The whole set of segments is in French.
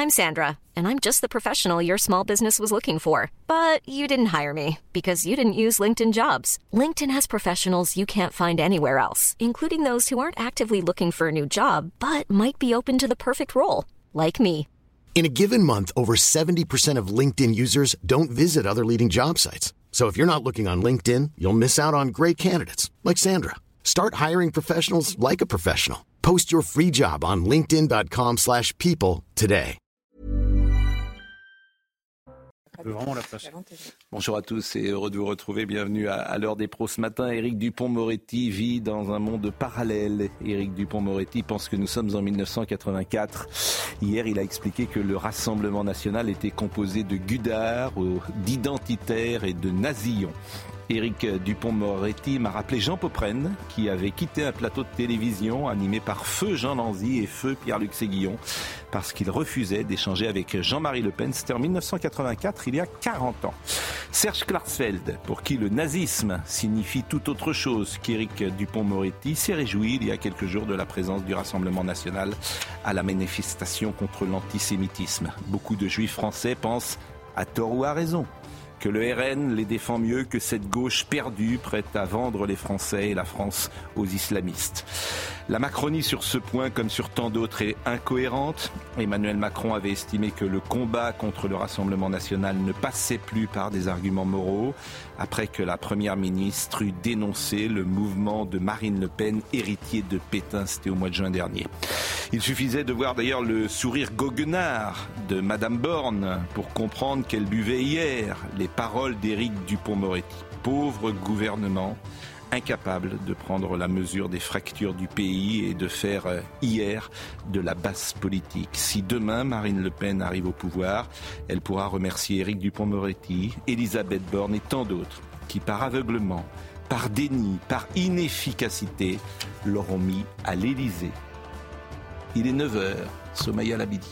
I'm Sandra, and I'm just the professional your small business was looking for. But you didn't hire me because you didn't use LinkedIn Jobs. LinkedIn has professionals you can't find anywhere else, including those who aren't actively looking for a new job, but might be open to the perfect role, like me. In a given month, over 70% of LinkedIn users don't visit other leading job sites. So if you're not looking on LinkedIn, you'll miss out on great candidates like Sandra. Start hiring professionals like a professional. Post your free job on linkedin.com/people today. Vraiment la place. Bonjour à tous et heureux de vous retrouver. Bienvenue à l'heure des pros ce matin. Éric Dupond-Moretti vit dans un monde parallèle. Éric Dupond-Moretti pense que nous sommes en 1984. Hier, il a expliqué que le Rassemblement national était composé de gudards, d'identitaires et de nazillons. Éric Dupond-Moretti m'a rappelé Jean Popren, qui avait quitté un plateau de télévision animé par feu Jean Lanzy et feu Pierre-Luc Séguillon, parce qu'il refusait d'échanger avec Jean-Marie Le Pen. C'était en 1984, il y a 40 ans. Serge Klarsfeld, pour qui le nazisme signifie tout autre chose qu'Éric Dupond-Moretti, s'est réjoui il y a quelques jours de la présence du Rassemblement national à la manifestation contre l'antisémitisme. Beaucoup de juifs français pensent, à tort ou à raison, que le RN les défend mieux que cette gauche perdue prête à vendre les Français et la France aux islamistes. La Macronie sur ce point, comme sur tant d'autres, est incohérente. Emmanuel Macron avait estimé que le combat contre le Rassemblement national ne passait plus par des arguments moraux, après que la Première ministre eut dénoncé le mouvement de Marine Le Pen, héritier de Pétain. C'était au mois de juin dernier. Il suffisait de voir d'ailleurs le sourire goguenard de Madame Borne pour comprendre qu'elle buvait hier les paroles d'Éric Dupond-Moretti. Pauvre gouvernement, incapable de prendre la mesure des fractures du pays et de faire hier de la basse politique. Si demain Marine Le Pen arrive au pouvoir, elle pourra remercier Éric Dupond-Moretti, Elisabeth Borne et tant d'autres qui, par aveuglement, par déni, par inefficacité, l'auront mis à l'Élysée. Il est 9h, Somaya Labidi.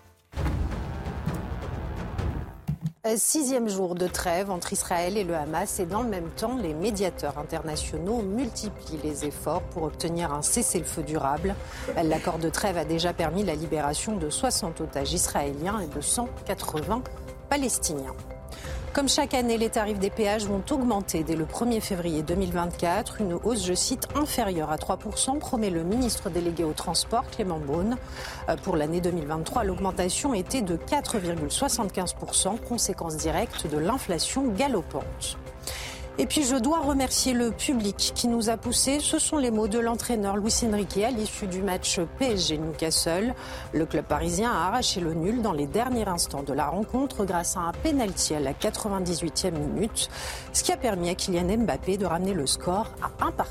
6e jour de trêve entre Israël et le Hamas et dans le même temps, les médiateurs internationaux multiplient les efforts pour obtenir un cessez-le-feu durable. L'accord de trêve a déjà permis la libération de 60 otages israéliens et de 180 palestiniens. Comme chaque année, les tarifs des péages vont augmenter dès le 1er février 2024. Une hausse, je cite, inférieure à 3%, promet le ministre délégué au transport, Clément Beaune. Pour l'année 2023, l'augmentation était de 4,75%, conséquence directe de l'inflation galopante. Et puis je dois remercier le public qui nous a poussés. Ce sont les mots de l'entraîneur Luis Enrique à l'issue du match PSG-Newcastle. Le club parisien a arraché le nul dans les derniers instants de la rencontre grâce à un pénalty à la 98e minute, ce qui a permis à Kylian Mbappé de ramener le score à 1-1.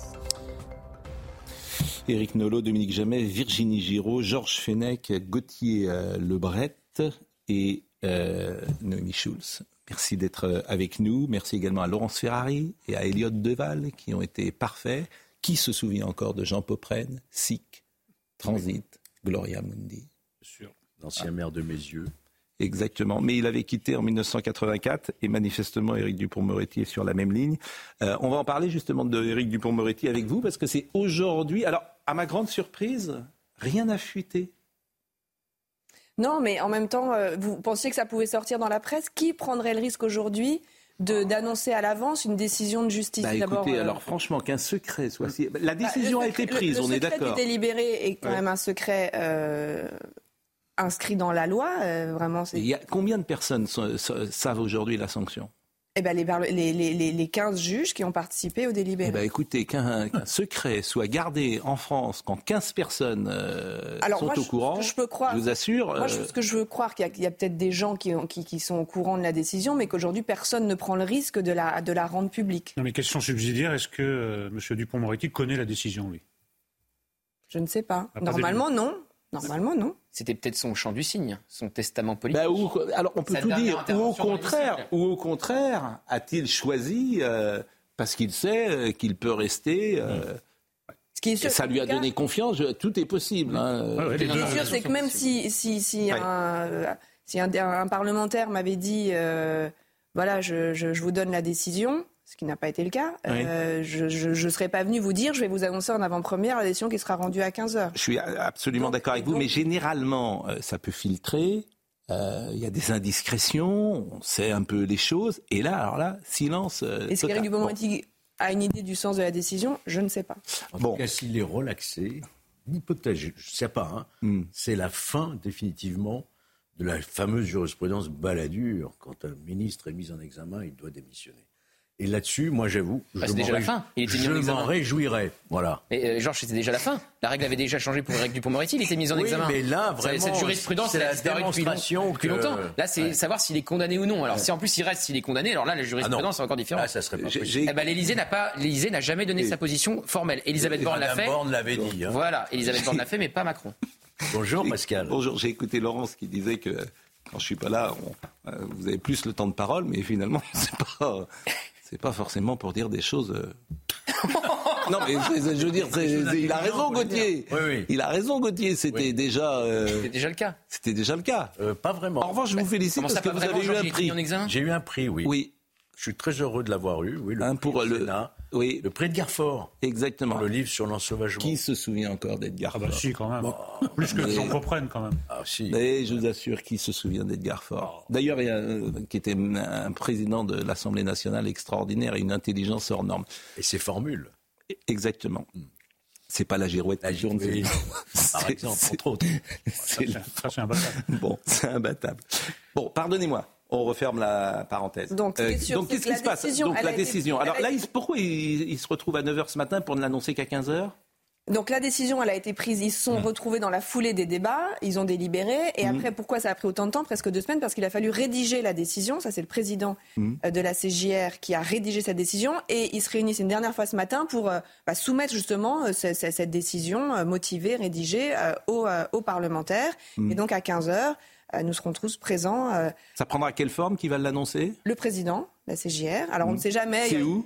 Éric Nolot, Dominique Jamais, Virginie Giraud, Georges Fenech, Gauthier Lebret et Noémie Schulz. Merci d'être avec nous. Merci également à Laurence Ferrari et à Elliot Deval qui ont été parfaits. Qui se souvient encore de Jean Popren, SIC, Transit, Gloria Mundi? Bien sûr, l'ancien maire de Mézieux. Exactement, mais il avait quitté en 1984 et manifestement Éric Dupond-Moretti est sur la même ligne. On va en parler justement de Éric Dupond-Moretti avec vous parce que c'est aujourd'hui. Alors, à ma grande surprise, rien n'a fuité. Non, mais en même temps, vous pensiez que ça pouvait sortir dans la presse. Qui prendrait le risque aujourd'hui d'annoncer à l'avance une décision de justice? Écoutez, alors franchement, qu'un secret soit... La décision a été prise, on est d'accord. Le secret qui était libéré est quand même un secret inscrit dans la loi. Vraiment, il y a combien de personnes savent aujourd'hui la sanction? Eh ben, les 15 juges qui ont participé au délibéré. Eh ben, écoutez, qu'un secret soit gardé en France quand 15 personnes sont au courant, je vous assure... Moi, ce que je veux croire, qu'il y a peut-être des gens qui sont au courant de la décision, mais qu'aujourd'hui, personne ne prend le risque de la rendre publique. Non, mais question subsidiaire, est-ce que M. Dupond-Moretti connaît la décision, lui? Je ne sais pas. Normalement, non. Normalement, non. C'était peut-être son chant du cygne, son testament politique. Alors on peut tout dire. Ou au contraire, a-t-il choisi parce qu'il sait qu'il peut rester. Ce qui est sûr, ça lui a donné confiance. Tout est possible. Ce qui est sûr, c'est que même si un parlementaire m'avait dit, voilà, je vous donne la décision. ce qui n'a pas été le cas. Oui. Je ne serais pas venu vous dire, je vais vous annoncer en avant-première la décision qui sera rendue à 15h. Je suis absolument d'accord avec vous, mais généralement, ça peut filtrer. Il y a des indiscrétions, on sait un peu les choses. Et là, alors là, silence. Est-ce qu'Éric Dupond-Moretti a une idée du sens de la décision ? Je ne sais pas. En tout cas, s'il est relaxé, l'hypothèse, je ne sais pas, c'est la fin définitivement de la fameuse jurisprudence Balladur. Quand un ministre est mis en examen, il doit démissionner. Et là-dessus, moi j'avoue, c'est déjà la fin. Il était mis en examen. M'en réjouirais. Voilà. Mais Georges, c'était déjà la fin. La règle avait déjà changé pour Éric Dupond-Moretti, il était mis en examen. Oui, mais là, vraiment, cette jurisprudence, c'est la disparu démonstration depuis longtemps. Là, c'est savoir s'il est condamné ou non. Alors, si en plus il reste, s'il est condamné, alors là, la jurisprudence est encore différente. Là, ça serait pas possible. L'Élysée n'a jamais donné sa position formelle. Elisabeth Borne l'a fait. Madame Borne l'avait dit. Voilà, Elisabeth Borne l'a fait, mais pas Macron. Bonjour Pascal. Bonjour, j'ai écouté Laurence qui disait que quand je suis pas là, vous avez plus le temps de parole, mais finalement, c'est pas forcément pour dire des choses. Non, mais je veux dire, il a raison, Gauthier. Oui. Il a raison, Gauthier. C'était déjà. C'était déjà le cas. C'était déjà le cas. Pas vraiment. En revanche, je vous félicite parce que vous avez eu un prix. J'ai eu un prix, oui. Oui. Je suis très heureux de l'avoir eu. Oui, le prix du Sénat. Oui. Le prix de Garfort. Exactement. Pour le livre sur l'ensauvagement. Qui se souvient encore d'Edgar Faure? Ah bah si, quand même. Plus que j'en reprenne, quand même. Ah si. Mais je vous assure, qui se souvient d'Edgar Faure? D'ailleurs, il y a qui était un président de l'Assemblée nationale extraordinaire et une intelligence hors norme. Et ses formules. Exactement. C'est pas la girouette qui tourne. Par exemple, entre autres. Ça, c'est imbattable. Bon, c'est imbattable. Bon, pardonnez-moi. On referme la parenthèse. Donc qu'est-ce qui se passe? Donc, la décision. Alors là, pourquoi il se retrouve à 9h ce matin pour ne l'annoncer qu'à 15h? Donc la décision, elle a été prise. Ils se sont retrouvés dans la foulée des débats. Ils ont délibéré. Et après, pourquoi ça a pris autant de temps? Presque 2 semaines. Parce qu'il a fallu rédiger la décision. Ça, c'est le président de la CJR qui a rédigé cette décision. Et ils se réunissent une dernière fois ce matin pour soumettre justement cette décision motivée, rédigée aux parlementaires. Et donc à 15h, nous serons tous présents. Ça prendra quelle forme? Qui va l'annoncer? Le président, la CJR. Alors on ne sait jamais. C'est où?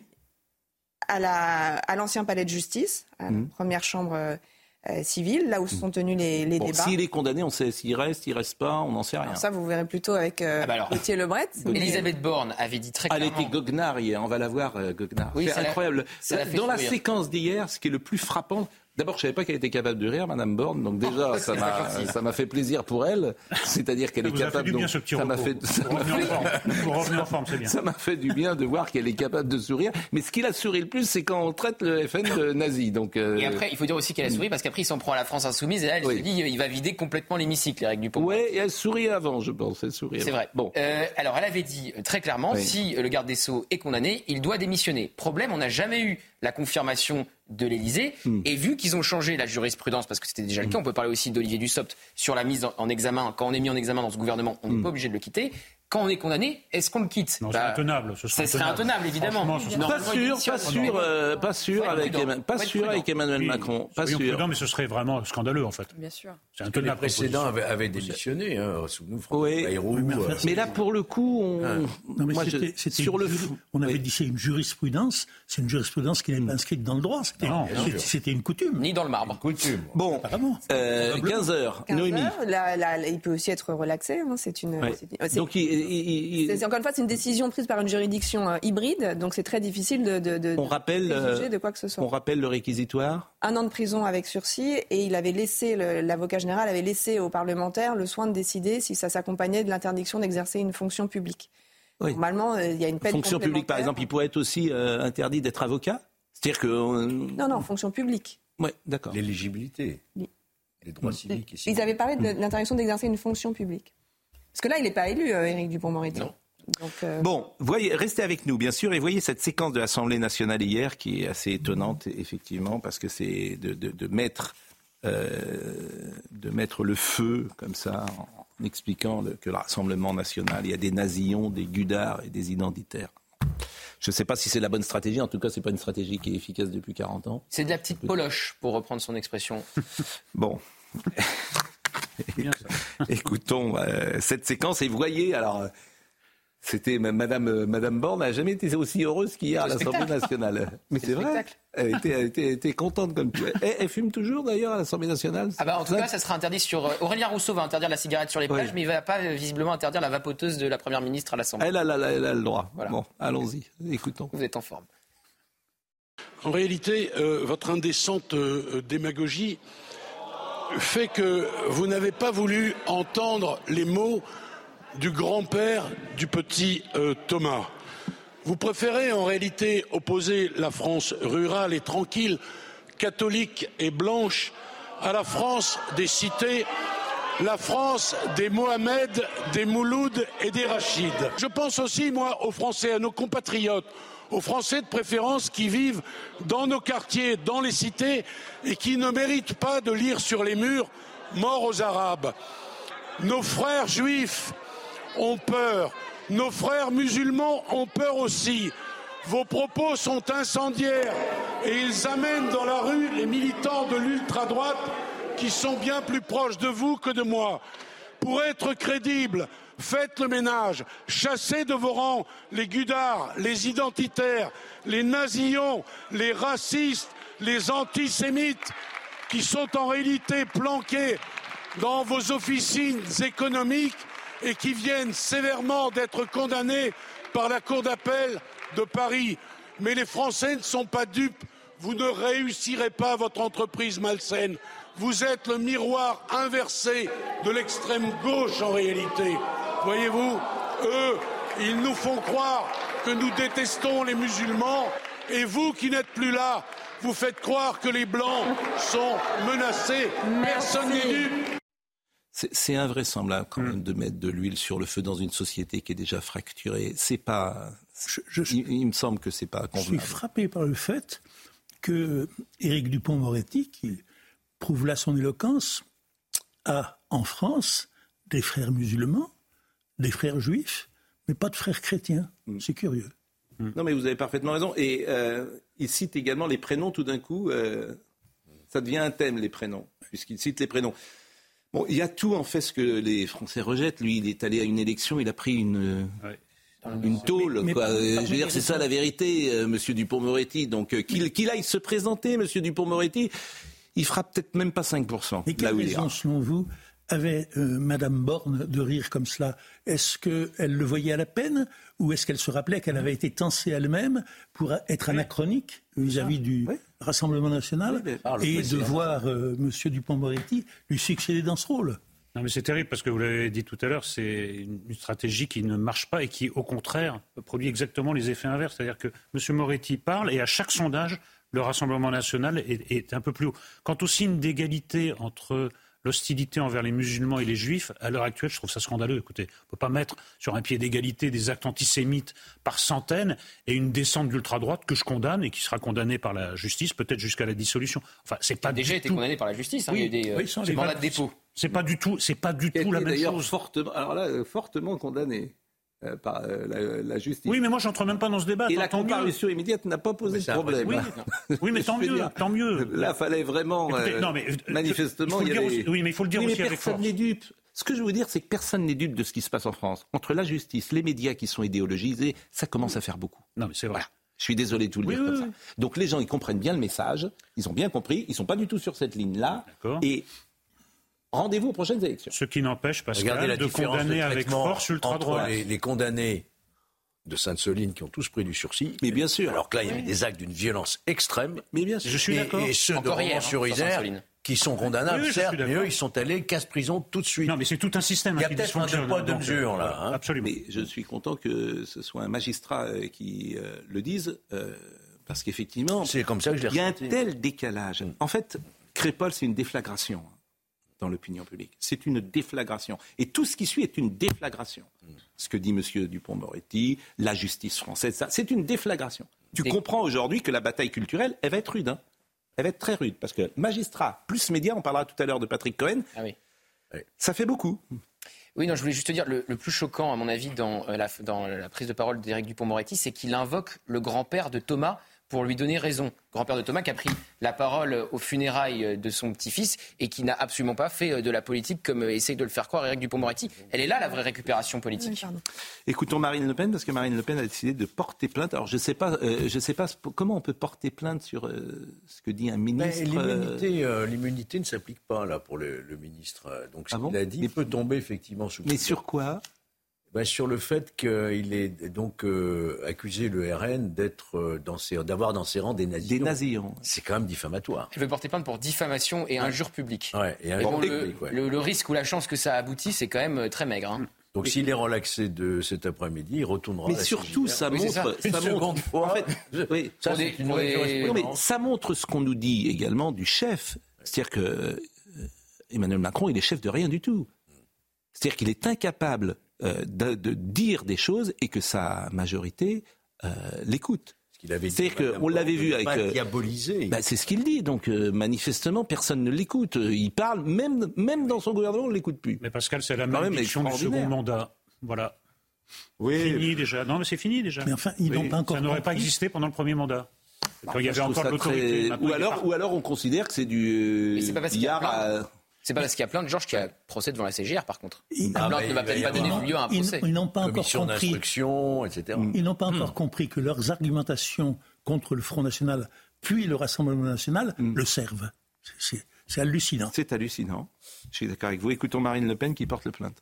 À l'ancien palais de justice, à la première chambre civile, là où se sont tenus les débats. S'il est condamné, on sait s'il reste pas, on n'en sait rien. Alors ça, vous verrez plutôt avec Gauthier Lebret. Elisabeth Borne avait dit très clairement... Elle était goguenard hier, on va la voir, goguenard. Oui, c'est incroyable. Dans la sourire. séquence d'hier, ce qui est le plus frappant... D'abord, je savais pas qu'elle était capable de rire, Madame Borne. Donc déjà, ça m'a fait plaisir pour elle. C'est-à-dire qu'elle est capable. Bien, ce petit ça m'a fait. Pour revenir en forme, c'est bien. Ça m'a fait du bien de voir qu'elle est capable de sourire. Mais ce qui l'a souri le plus, c'est quand on traite le FN de nazi. Donc. Et après, il faut dire aussi qu'elle a souri parce qu'après, il s'en prend à la France insoumise et là, elle se dit, il va vider complètement l'hémicycle, Éric Dupond. Ouais, et elle sourit avant, je pense. Elle sourit. C'est vrai. Bon. Alors, elle avait dit très clairement, si le garde des Sceaux est condamné, il doit démissionner. Problème, on n'a jamais eu la confirmation de l'Élysée. Et vu qu'ils ont changé la jurisprudence, parce que c'était déjà le cas, on peut parler aussi d'Olivier Dussopt sur la mise en examen. Quand on est mis en examen dans ce gouvernement, on n'est pas obligé de le quitter. Quand on est condamné, est-ce qu'on le quitte? Non, c'est intenable. Ce serait intenable, évidemment. Pas sûr avec Emmanuel Macron. Pas sûr. Prudent, mais ce serait vraiment scandaleux, en fait. Bien sûr. C'est intenable. Les précédents avaient démissionné. Souvenez-vous, François Bayrou. Mais là, pour le coup, on avait dit c'est une jurisprudence. C'est une jurisprudence qui n'est pas inscrite dans le droit. C'était une coutume. Ni dans le marbre. Bon, 15h. Noémie. Il peut aussi être relaxé. C'est une. Donc, encore une fois, c'est une décision prise par une juridiction hybride, donc c'est très difficile de préjuger de quoi que ce soit. On rappelle le réquisitoire? 1 an de prison avec sursis, et il avait laissé, l'avocat général avait laissé aux parlementaires le soin de décider si ça s'accompagnait de l'interdiction d'exercer une fonction publique. Oui. Normalement, il y a une peine fonction publique, par exemple, il pourrait être aussi interdit d'être avocat? C'est-à-dire que... Non, fonction publique. Oui, d'accord. L'éligibilité, les droits civiques et civils. Ils avaient parlé de l'interdiction d'exercer une fonction publique. Parce que là, il n'est pas élu, Éric Dupond-Moretti. Non. Donc, Bon, restez avec nous, bien sûr, et voyez cette séquence de l'Assemblée nationale hier qui est assez étonnante, effectivement, parce que c'est de mettre le feu, comme ça, en expliquant que le Rassemblement national, il y a des nazillons, des gudards et des identitaires. Je ne sais pas si c'est la bonne stratégie, en tout cas, ce n'est pas une stratégie qui est efficace depuis 40 ans. C'est de la petite poloche, pour reprendre son expression. Bon... Écoutons cette séquence et vous voyez, alors c'était Madame Borne n'a jamais été aussi heureuse qu'hier à l'Assemblée nationale. Mais c'est vrai. Elle était contente comme tu es. Elle fume toujours d'ailleurs à l'Assemblée nationale. En tout cas, ça sera interdit sur... Aurélien Rousseau va interdire la cigarette sur les plages, mais il ne va pas visiblement interdire la vapoteuse de la Première ministre à l'Assemblée. Elle a le droit. Voilà. Bon, allons-y, écoutons. Vous êtes en forme. En réalité, votre indécente démagogie fait que vous n'avez pas voulu entendre les mots du grand-père du petit Thomas. Vous préférez en réalité opposer la France rurale et tranquille, catholique et blanche, à la France des cités, la France des Mohamed, des Mouloud et des Rachid. Je pense aussi, moi, aux Français, à nos compatriotes, aux Français de préférence qui vivent dans nos quartiers, dans les cités, et qui ne méritent pas de lire sur les murs « Mort aux Arabes ». Nos frères juifs ont peur. Nos frères musulmans ont peur aussi. Vos propos sont incendiaires et ils amènent dans la rue les militants de l'ultra-droite qui sont bien plus proches de vous que de moi. Pour être crédibles, faites le ménage, chassez de vos rangs les gudards, les identitaires, les nazillons, les racistes, les antisémites qui sont en réalité planqués dans vos officines économiques et qui viennent sévèrement d'être condamnés par la Cour d'appel de Paris. Mais les Français ne sont pas dupes. Vous ne réussirez pas votre entreprise malsaine. Vous êtes le miroir inversé de l'extrême gauche en réalité. Voyez-vous, eux, ils nous font croire que nous détestons les musulmans et vous qui n'êtes plus là, vous faites croire que les Blancs sont menacés. Personne n'est dupe. C'est invraisemblable quand même de mettre de l'huile sur le feu dans une société qui est déjà fracturée. C'est pas. Il me semble que c'est pas convenable. Je suis frappé par le fait que Éric Dupond-Moretti, qui prouve là son éloquence, a en France des frères musulmans, des frères juifs, mais pas de frères chrétiens. C'est curieux. Non, mais vous avez parfaitement raison. Et il cite également les prénoms tout d'un coup. Ça devient un thème, les prénoms, puisqu'il cite les prénoms. Bon, il y a tout, en fait, ce que les Français rejettent. Lui, il est allé à une élection, il a pris une tôle. Quoi. Je veux dire, c'est ça la vérité, monsieur Dupond-Moretti. Donc, qu'il aille se présenter, monsieur Dupond-Moretti, il fera peut-être même pas 5%. Mais quelle raison, selon vous, avait Madame Borne de rire comme cela? Est-ce qu'elle le voyait à la peine ou est-ce qu'elle se rappelait qu'elle avait été tensée elle-même pour être anachronique vis-à-vis du Rassemblement national et de voir M. Dupond-Moretti lui succéder dans ce rôle? Non, mais c'est terrible parce que vous l'avez dit tout à l'heure, c'est une stratégie qui ne marche pas et qui, au contraire, produit exactement les effets inverses. C'est-à-dire que M. Moretti parle et à chaque sondage, le Rassemblement national est un peu plus haut. Quant au signe d'égalité entre l'hostilité envers les musulmans et les juifs, à l'heure actuelle, je trouve ça scandaleux. Écoutez, on ne peut pas mettre sur un pied d'égalité des actes antisémites par centaines et une descente d'ultra-droite que je condamne et qui sera condamnée par la justice, peut-être jusqu'à la dissolution. Enfin, c'est pas déjà été condamné par la justice. Il y a eu des mandats de dépôt. C'est pas du tout la même chose. Fortement condamné. Par la justice. Oui, mais moi, j'entre même pas dans ce débat. Et la comparution immédiate n'a pas posé de problème. Oui, mais tant mieux. Là, fallait vraiment... manifestement, il y avait... Oui, mais il faut le dire aussi avec force. Personne n'est dupe. Ce que je veux dire, c'est que personne n'est dupe de ce qui se passe en France. Entre la justice, les médias qui sont idéologisés, ça commence à faire beaucoup. Non, mais c'est vrai. Voilà. Je suis désolé de tout le dire comme ça. Donc les gens, ils comprennent bien le message, ils ont bien compris, ils ne sont pas du tout sur cette ligne-là. D'accord. Et rendez-vous aux prochaines élections. Ce qui n'empêche, Pascal, de condamner avec force ultra-droite. Les condamnés de Sainte-Soline qui ont tous pris du sursis. Mais bien sûr. Alors que là, il y avait des actes d'une violence extrême. Mais bien sûr. Je suis d'accord. Et ceux de Romans-sur-Isère qui sont condamnables, certes, mais eux, ils sont allés casse-prison tout de suite. Non, mais c'est tout un système. Il y a peut-être un deux poids, deux mesures, là. Hein. Absolument. Mais je suis content que ce soit un magistrat qui le dise, parce qu'effectivement, c'est comme ça que je l'ai il y a un tel décalage. En fait, Crépol, c'est une déflagration dans l'opinion publique. C'est une déflagration. Et tout ce qui suit est une déflagration. Ce que dit M. Dupond-Moretti, la justice française, ça, c'est une déflagration. Tu comprends aujourd'hui que la bataille culturelle, elle va être rude. Elle va être très rude. Parce que magistrat plus médias, on parlera tout à l'heure de Patrick Cohen, ça fait beaucoup. Oui, non, je voulais juste te dire, le plus choquant, à mon avis, dans la prise de parole d'Éric Dupond-Moretti, c'est qu'il invoque le grand-père de Thomas pour lui donner raison. Grand-père de Thomas qui a pris la parole aux funérailles de son petit-fils et qui n'a absolument pas fait de la politique comme essaye de le faire croire Éric Dupond-Moretti. Elle est là, la vraie récupération politique. Oui, Écoutons Marine Le Pen, parce que Marine Le Pen a décidé de porter plainte. Alors, je sais pas comment on peut porter plainte sur ce que dit un ministre. L'immunité ne s'applique pas là pour le ministre. Donc, ce qu'il a dit peut tomber effectivement sous. Mais sur quoi ? Sur le fait qu'il ait donc accusé le RN d'avoir dans ses rangs des nazis. Des nazis. C'est quand même diffamatoire. Il veut porter plainte pour diffamation et injure publique. Ouais, et le risque ou la chance que ça aboutit, c'est quand même très maigre. Hein. Donc s'il est relaxé de cet après-midi, il retournera. Mais surtout, ça montre. Ça montre ce qu'on nous dit également du chef. C'est-à-dire que Emmanuel Macron, il est chef de rien du tout. C'est-à-dire qu'il est incapable de dire des choses et que sa majorité l'écoute. C'est-à-dire qu'on l'avait vu avec... diabolisé. C'est ce qu'il dit. Donc manifestement, personne ne l'écoute. Il parle, même dans son gouvernement, on ne l'écoute plus. Mais Pascal, c'est la malédiction du second mandat. Voilà. Oui. Fini déjà. Non, mais c'est fini déjà. Mais enfin, ils n'ont pas encore ça n'aurait pas existé pendant le premier mandat. Il y avait encore de l'autorité. Ou alors on considère que c'est du billard à... C'est pas parce qu'il y a plein de Georges qui a procès devant la CGR, par contre. La plainte ne va peut-être pas donner lieu à un procès. Ils n'ont pas encore Commission compris. d'instruction, etc. Ils n'ont pas encore compris que leurs argumentations contre le Front National, puis le Rassemblement National, le servent. C'est hallucinant. C'est hallucinant. Je suis d'accord avec vous. Écoutons Marine Le Pen qui porte la plainte.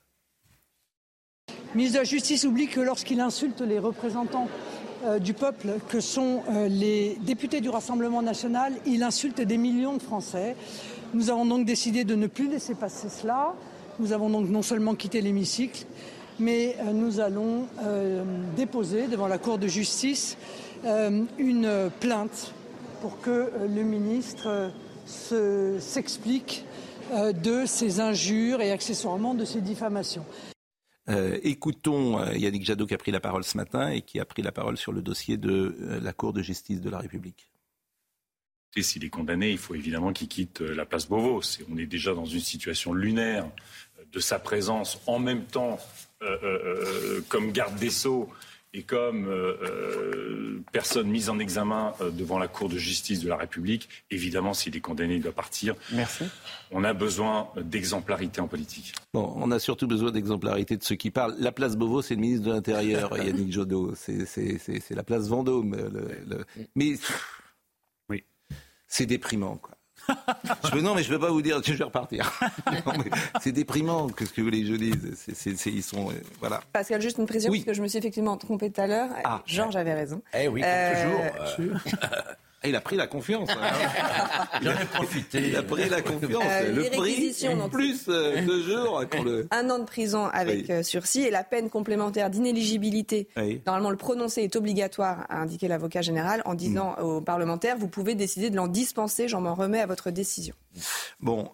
Le ministre de la Justice oublie que lorsqu'il insulte les représentants du peuple, que sont les députés du Rassemblement National, il insulte des millions de Français. Nous avons donc décidé de ne plus laisser passer cela. Nous avons donc non seulement quitté l'hémicycle, mais nous allons déposer devant la Cour de justice une plainte pour que le ministre s'explique de ces injures et accessoirement de ces diffamations. Écoutons Yannick Jadot qui a pris la parole ce matin et qui a pris la parole sur le dossier de la Cour de justice de la République. Et s'il est condamné, il faut évidemment qu'il quitte la place Beauvau. On est déjà dans une situation lunaire de sa présence en même temps comme garde des Sceaux et comme personne mise en examen devant la Cour de justice de la République. Évidemment, s'il est condamné, il doit partir. Merci. On a besoin d'exemplarité en politique. Bon, on a surtout besoin d'exemplarité de ceux qui parlent. La place Beauvau, c'est le ministre de l'Intérieur, Yannick Jadot. C'est la place Vendôme. Mais... Oui. C'est déprimant, quoi. Non, mais je ne peux pas vous dire que je vais repartir. Non, mais c'est déprimant, que ce que vous voulez que je dise. Ils sont, voilà. Pascal, juste une précision, parce que je me suis effectivement trompé tout à l'heure. Georges avait raison. Eh oui, comme toujours. Il a pris la confiance. J'en ai profité. Il a pris la confiance. Les le prix, donc, plus 2 jours. 1 an de prison avec sursis et la peine complémentaire d'inéligibilité. Oui. Normalement, le prononcé est obligatoire, a indiqué l'avocat général, en disant aux parlementaires, vous pouvez décider de l'en dispenser, j'en m'en remets à votre décision. Bon,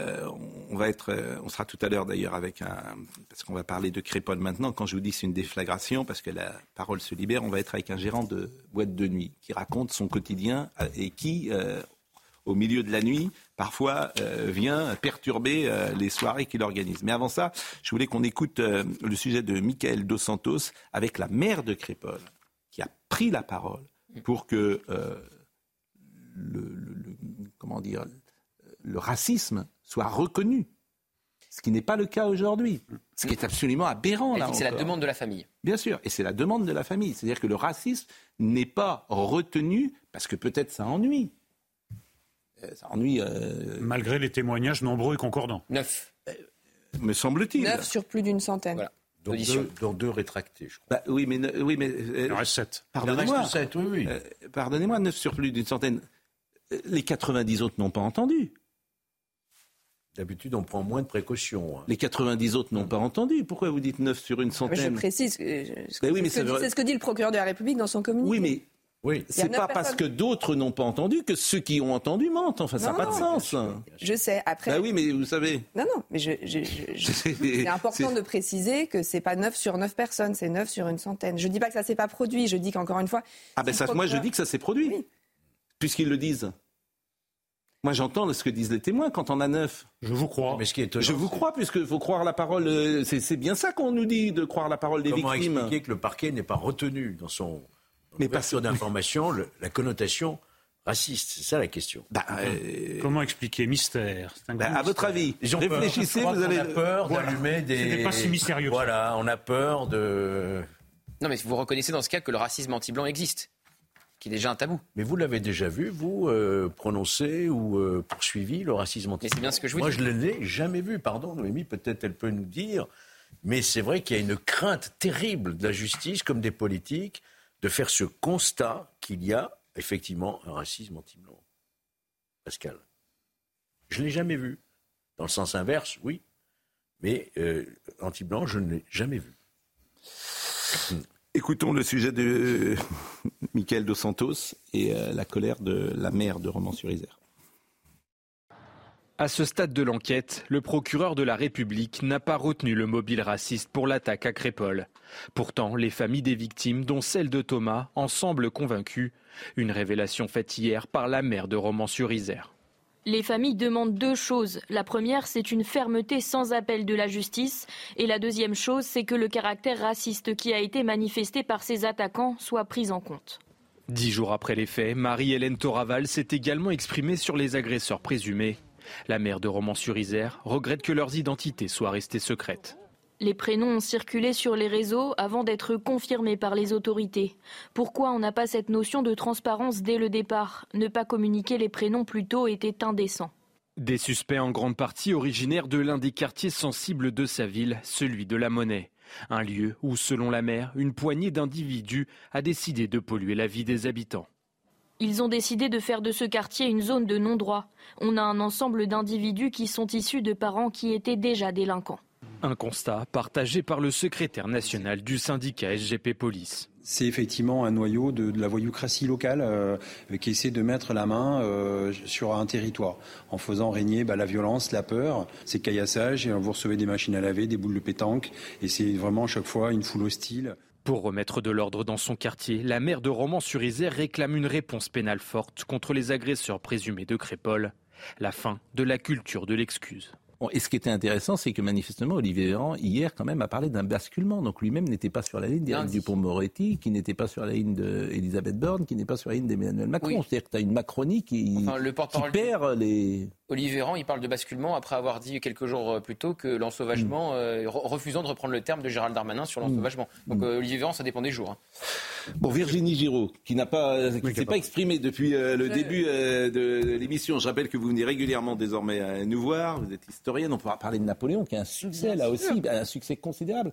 on sera tout à l'heure d'ailleurs parce qu'on va parler de Crépol maintenant. Quand je vous dis c'est une déflagration, parce que la parole se libère, on va être avec un gérant de boîte de nuit qui raconte son quotidien et qui, au milieu de la nuit, parfois vient perturber les soirées qu'il organise. Mais avant ça, je voulais qu'on écoute le sujet de Michael Dos Santos avec la maire de Crépol, qui a pris la parole pour que le racisme soit reconnu, ce qui n'est pas le cas aujourd'hui, ce qui est absolument aberrant. Là, c'est la demande de la famille. Bien sûr, et c'est la demande de la famille. C'est-à-dire que le racisme n'est pas retenu parce que peut-être ça ennuie. Malgré les témoignages nombreux et concordants. 9. Me semble-t-il. 9 sur plus d'une centaine. Voilà. Donc 2 rétractés, je crois. Oui, mais il en reste 7. Pardonnez-moi. Il en reste 7, oui. Pardonnez-moi, 9 sur plus d'une centaine. Les 90 autres n'ont pas entendu. D'habitude, on prend moins de précautions. Les 90 autres n'ont pas entendu. Pourquoi vous dites 9 sur une centaine ? Je précise. C'est ce que dit le procureur de la République dans son communiqué. Oui, mais c'est pas parce que d'autres n'ont pas entendu que ceux qui ont entendu mentent. Enfin, ça n'a pas de sens. Je sais. Après. Oui, mais vous savez. Non, mais c'est important de préciser que c'est pas 9 sur 9 personnes, c'est 9 sur une centaine. Je dis pas que ça s'est pas produit. Je dis qu'encore une fois. Moi, je dis que ça s'est produit, puisqu'ils le disent. Moi, j'entends ce que disent les témoins quand on a 9. Je vous crois. Mais ce qui est étonnant, je vous crois, puisqu'il faut croire la parole. C'est bien ça qu'on nous dit, de croire la parole des victimes. Comment expliquer que le parquet n'est pas retenu dans son Mais pas sur d'information, la connotation raciste, c'est ça la question. Comment expliquer mystère? À votre avis, réfléchissez, vous allez... On a peur d'allumer des... Ce n'est pas si mystérieux. Voilà, on a peur de... Non, mais vous reconnaissez dans ce cas que le racisme anti-blanc existe, qui est déjà un tabou. Mais vous l'avez déjà vu, vous, prononcer ou poursuivi le racisme anti-blanc? Mais c'est bien ce que je vous dis. Moi, je ne l'ai jamais vu, pardon, Noémie, peut-être elle peut nous dire, mais c'est vrai qu'il y a une crainte terrible de la justice, comme des politiques, de faire ce constat qu'il y a effectivement un racisme anti-blanc. Pascal. Je ne l'ai jamais vu. Dans le sens inverse, oui. Mais anti-blanc, je ne l'ai jamais vu. Écoutons le sujet de Mickaël Dos Santos et la colère de la maire de Romans-sur-Isère. À ce stade de l'enquête, le procureur de la République n'a pas retenu le mobile raciste pour l'attaque à Crépol. Pourtant, les familles des victimes, dont celle de Thomas, en semblent convaincues. Une révélation faite hier par la maire de Romans-sur-Isère. Les familles demandent deux choses. La première, c'est une fermeté sans appel de la justice. Et la deuxième chose, c'est que le caractère raciste qui a été manifesté par ces attaquants soit pris en compte. 10 jours après les faits, Marie-Hélène Toraval s'est également exprimée sur les agresseurs présumés. La maire de Romans-sur-Isère regrette que leurs identités soient restées secrètes. Les prénoms ont circulé sur les réseaux avant d'être confirmés par les autorités. Pourquoi on n'a pas cette notion de transparence dès le départ? Ne pas communiquer les prénoms plus tôt était indécent. Des suspects en grande partie originaires de l'un des quartiers sensibles de sa ville, celui de la Monnaie. Un lieu où, selon la maire, une poignée d'individus a décidé de polluer la vie des habitants. Ils ont décidé de faire de ce quartier une zone de non-droit. On a un ensemble d'individus qui sont issus de parents qui étaient déjà délinquants. Un constat partagé par le secrétaire national du syndicat SGP Police. C'est effectivement un noyau de la voyoucratie locale qui essaie de mettre la main sur un territoire en faisant régner la violence, la peur, c'est caillassage, et vous recevez des machines à laver, des boules de pétanque et c'est vraiment à chaque fois une foule hostile. Pour remettre de l'ordre dans son quartier, la maire de Romans-sur-Isère réclame une réponse pénale forte contre les agresseurs présumés de Crépol. La fin de la culture de l'excuse. Et ce qui était intéressant, c'est que manifestement, Olivier Véran, hier, quand même, a parlé d'un basculement. Donc lui-même n'était pas sur la ligne d'Éric Dupond-Moretti, qui n'était pas sur la ligne d'Elisabeth Borne, qui n'est pas sur la ligne d'Emmanuel Macron. Oui. C'est-à-dire que tu as une Macronie qui perd les... Olivier Véran, il parle de basculement après avoir dit quelques jours plus tôt que l'ensauvagement, refusant de reprendre le terme de Gérald Darmanin sur l'ensauvagement. Donc Olivier Véran, ça dépend des jours. Bon, Virginie Giraud, qui ne s'est pas exprimée depuis le début de l'émission. Je rappelle que vous venez régulièrement désormais nous voir. Vous êtes historienne. On pourra parler de Napoléon, qui a un succès là aussi, un succès considérable.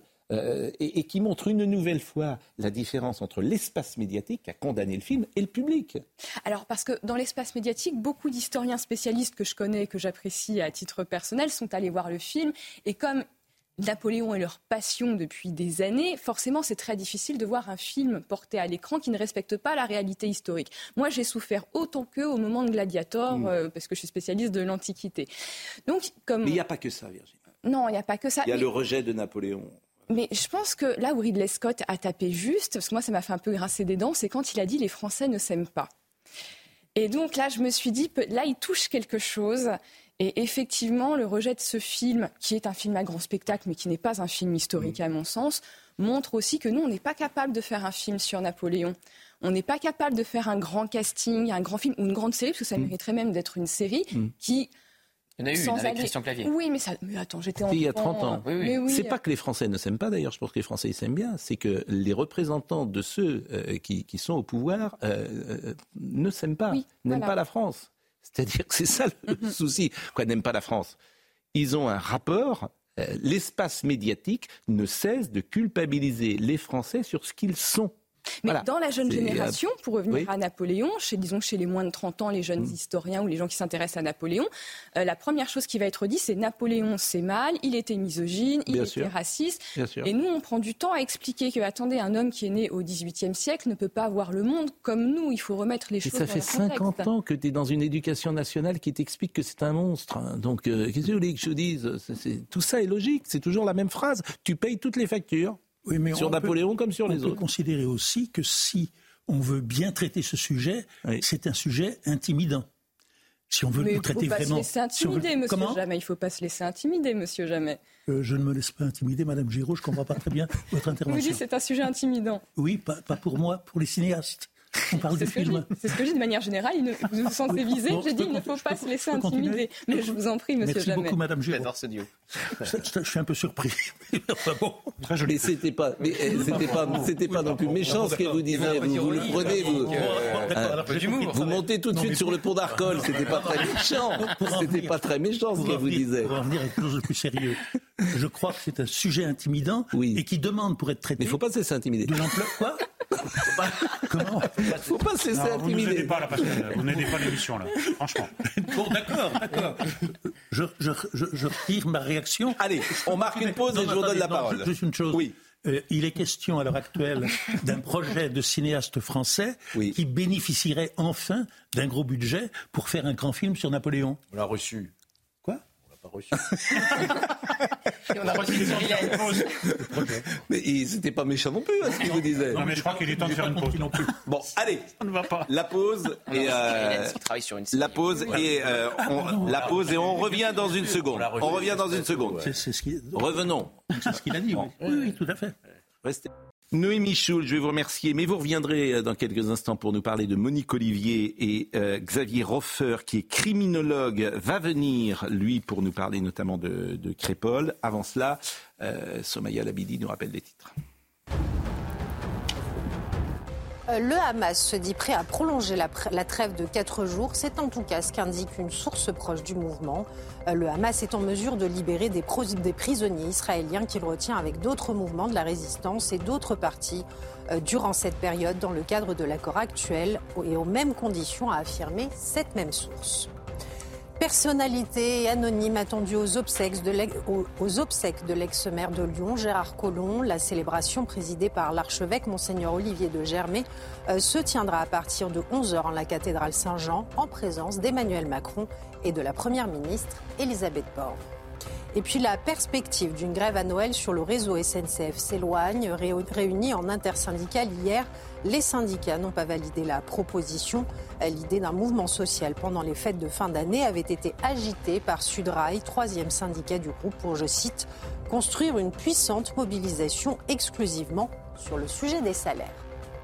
Et qui montre une nouvelle fois la différence entre l'espace médiatique qui a condamné le film et le public. Alors, parce que dans l'espace médiatique, beaucoup d'historiens spécialistes que je connais, que j'apprécie à titre personnel, sont allés voir le film. Et comme Napoléon est leur passion depuis des années, forcément c'est très difficile de voir un film porté à l'écran qui ne respecte pas la réalité historique. Moi j'ai souffert autant qu'eux au moment de Gladiator, parce que je suis spécialiste de l'Antiquité. Donc, Mais il n'y a pas que ça, Virginie. Non, il n'y a pas que ça. Il y a le rejet de Napoléon. Mais je pense que là où Ridley Scott a tapé juste, parce que moi ça m'a fait un peu grincer des dents, c'est quand il a dit « les Français ne s'aiment pas ». Et donc là je me suis dit, là il touche quelque chose. Et effectivement, le rejet de ce film, qui est un film à grand spectacle, mais qui n'est pas un film historique à mon sens, montre aussi que nous, on n'est pas capable de faire un film sur Napoléon. On n'est pas capable de faire un grand casting, un grand film ou une grande série, parce que ça mériterait même d'être une série qui... Il y en a eu une avec Christian Clavier. Oui, mais attends, j'étais enfant. Il y a 30 ans. Oui. C'est pas que les Français ne s'aiment pas, d'ailleurs, je pense que les Français ils s'aiment bien, c'est que les représentants de ceux qui sont au pouvoir ne s'aiment pas, n'aiment pas la France. C'est-à-dire que c'est ça le souci. N'aiment pas la France. Ils ont un rapport. L'espace médiatique ne cesse de culpabiliser les Français sur ce qu'ils sont. Mais dans la jeune génération, pour revenir à Napoléon, chez les moins de 30 ans, les jeunes historiens ou les gens qui s'intéressent à Napoléon, la première chose qui va être dit, c'est Napoléon, c'est mal, il était misogyne, il était raciste. Et nous, on prend du temps à expliquer que, attendez, un homme qui est né au XVIIIe siècle ne peut pas voir le monde comme nous. Il faut remettre les choses dans le contexte. Ça fait 50 ans que tu es dans une éducation nationale qui t'explique que c'est un monstre. Donc, qu'est-ce que vous voulez que je dise ? Tout ça est logique, c'est toujours la même phrase. Tu payes toutes les factures. Oui, mais sur Napoléon comme sur les autres. On peut considérer aussi que si on veut bien traiter ce sujet, c'est un sujet intimidant. Si on veut nous traiter vraiment... Mais il ne faut pas se laisser intimider, monsieur Jamais. Il ne faut pas se laisser intimider, monsieur Jamais. Je ne me laisse pas intimider, Madame Giraud, je ne comprends pas très bien votre intervention. Vous dites que c'est un sujet intimidant. Oui, pas pour moi, pour les cinéastes. On parle de film. C'est ce que je dis de manière générale. Vous vous sentez visé. J'ai dit il ne faut pas se laisser intimider. Mais je vous en prie, monsieur Jamais. Merci beaucoup, Madame Giraud. J'adore ce duo. Je suis un peu surpris. Enfin bon. Mais c'était pas non plus méchant ce que vous disiez. Vous le prenez, vous montez tout de suite sur le pont d'Arcole. C'était pas très méchant. C'était pas très méchant ce que vous disiez. Pour en venir à quelque chose de plus sérieux. Je crois que c'est un sujet intimidant et qui demande pour être traité. Mais il ne faut pas se laisser intimider. De l'ampleur, quoi? Comment? Il ne faut pas se laisser intimider. Vous n'aidez pas là, parce que vous n'aidez pas l'émission là, franchement. Bon, d'accord. Je retire ma réaction. Allez, on marque une pause et je vous donne la parole. Juste une chose. Oui. Il est question à l'heure actuelle d'un projet de cinéaste français qui bénéficierait enfin d'un gros budget pour faire un grand film sur Napoléon. On l'a reçu. Quoi? On l'a pas reçu. Et on a reçu une pause. Mais c'était pas méchant non plus, ce qu'il vous disait. Non, mais je crois qu'il est temps de faire une pause. Non plus. Bon, allez. Ça ne va pas. La pause et la pause et on revient dans une seconde. On revient dans une seconde. Revenons. C'est ce qu'il a dit. Oui, tout à fait. Restez. Noémie Schulz, je vais vous remercier, mais vous reviendrez dans quelques instants pour nous parler de Monique Olivier et Xavier Roffer, qui est criminologue, va venir, lui, pour nous parler notamment de Crépol. Avant cela, Somaya Labidi nous rappelle les titres. Le Hamas se dit prêt à prolonger la trêve de 4 jours. C'est en tout cas ce qu'indique une source proche du mouvement. Le Hamas est en mesure de libérer des prisonniers israéliens qu'il retient avec d'autres mouvements de la résistance et d'autres partis durant cette période dans le cadre de l'accord actuel et aux mêmes conditions, a affirmé cette même source. Personnalité anonyme attendue aux obsèques de l'ex-maire de Lyon, Gérard Collomb. La célébration présidée par l'archevêque Monseigneur Olivier de Germay se tiendra à partir de 11h en la cathédrale Saint-Jean, en présence d'Emmanuel Macron et de la Première ministre Elisabeth Borne. Et puis la perspective d'une grève à Noël sur le réseau SNCF s'éloigne. Réunis en intersyndical hier, les syndicats n'ont pas validé la proposition. L'idée d'un mouvement social pendant les fêtes de fin d'année avait été agitée par Sudrail, troisième syndicat du groupe, pour, je cite, construire une puissante mobilisation exclusivement sur le sujet des salaires.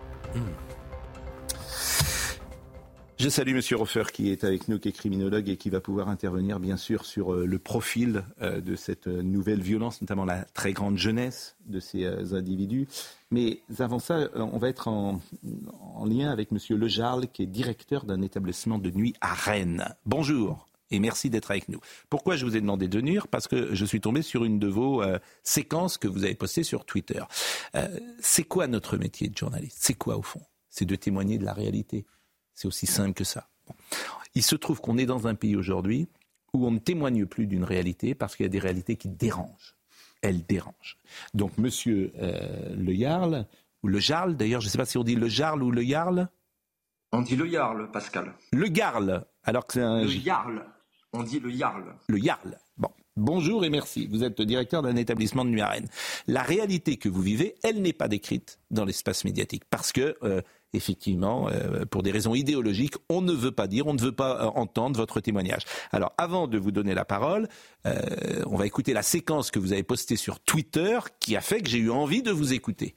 Je salue Monsieur Roffer qui est avec nous, qui est criminologue et qui va pouvoir intervenir bien sûr sur le profil de cette nouvelle violence, notamment la très grande jeunesse de ces individus. Mais avant ça, on va être en lien avec Monsieur Lejarle, qui est directeur d'un établissement de nuit à Rennes. Bonjour et merci d'être avec nous. Pourquoi je vous ai demandé de venir? Parce que je suis tombé sur une de vos séquences que vous avez postées sur Twitter. C'est quoi notre métier de journaliste? C'est quoi au fond? C'est de témoigner de la réalité. C'est aussi simple que ça. Bon. Il se trouve qu'on est dans un pays aujourd'hui où on ne témoigne plus d'une réalité parce qu'il y a des réalités qui dérangent. Elles dérangent. Donc, monsieur Le Jarle, ou Le Jarle, d'ailleurs, je ne sais pas si on dit Le Jarle ou Le Jarle. On dit Le Jarle, Pascal. Le Jarle, alors que c'est un... Le Jarle. On dit Le Jarle. Le Jarle. Bon. Bonjour et merci. Vous êtes directeur d'un établissement de nuit à Rennes. La réalité que vous vivez, elle n'est pas décrite dans l'espace médiatique parce que... effectivement, pour des raisons idéologiques, on ne veut pas dire, on ne veut pas entendre votre témoignage. Alors, avant de vous donner la parole, on va écouter la séquence que vous avez postée sur Twitter qui a fait que j'ai eu envie de vous écouter.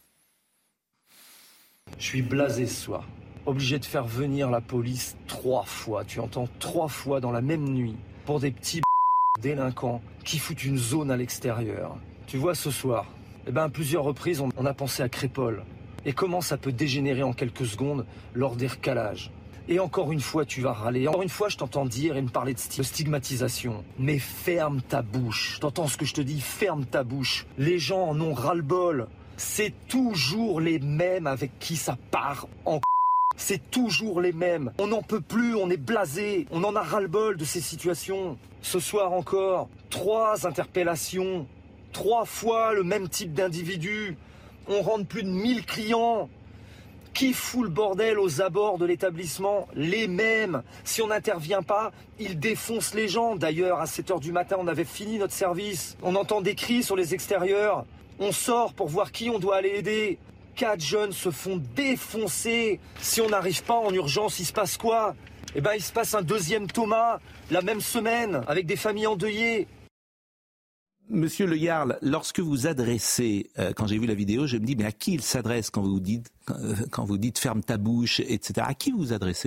Je suis blasé ce soir. Obligé de faire venir la police 3 fois. Tu entends 3 fois dans la même nuit pour des petits délinquants qui foutent une zone à l'extérieur. Tu vois, ce soir, à plusieurs reprises, on a pensé à Crépol. Et comment ça peut dégénérer en quelques secondes lors des recalages. Et encore une fois, tu vas râler. Encore une fois, je t'entends dire et me parler de stigmatisation. Mais ferme ta bouche. T'entends ce que je te dis? Ferme ta bouche. Les gens en ont ras-le-bol. C'est toujours les mêmes avec qui ça part en... C'est toujours les mêmes. On n'en peut plus, on est blasé. On en a ras-le-bol de ces situations. Ce soir encore, 3 interpellations. 3 fois le même type d'individu. On rentre plus de 1000 clients. Qui fout le bordel aux abords de l'établissement? Les mêmes. Si on n'intervient pas, ils défoncent les gens. D'ailleurs, à 7h du matin, on avait fini notre service. On entend des cris sur les extérieurs. On sort pour voir qui on doit aller aider. 4 jeunes se font défoncer. Si on n'arrive pas en urgence, il se passe quoi? Eh ben, il se passe un deuxième Thomas la même semaine avec des familles endeuillées. Monsieur Le Yarle, lorsque vous adressez, quand j'ai vu la vidéo, je me dis, mais à qui il s'adresse quand vous dites ferme ta bouche, etc. À qui vous adressez ?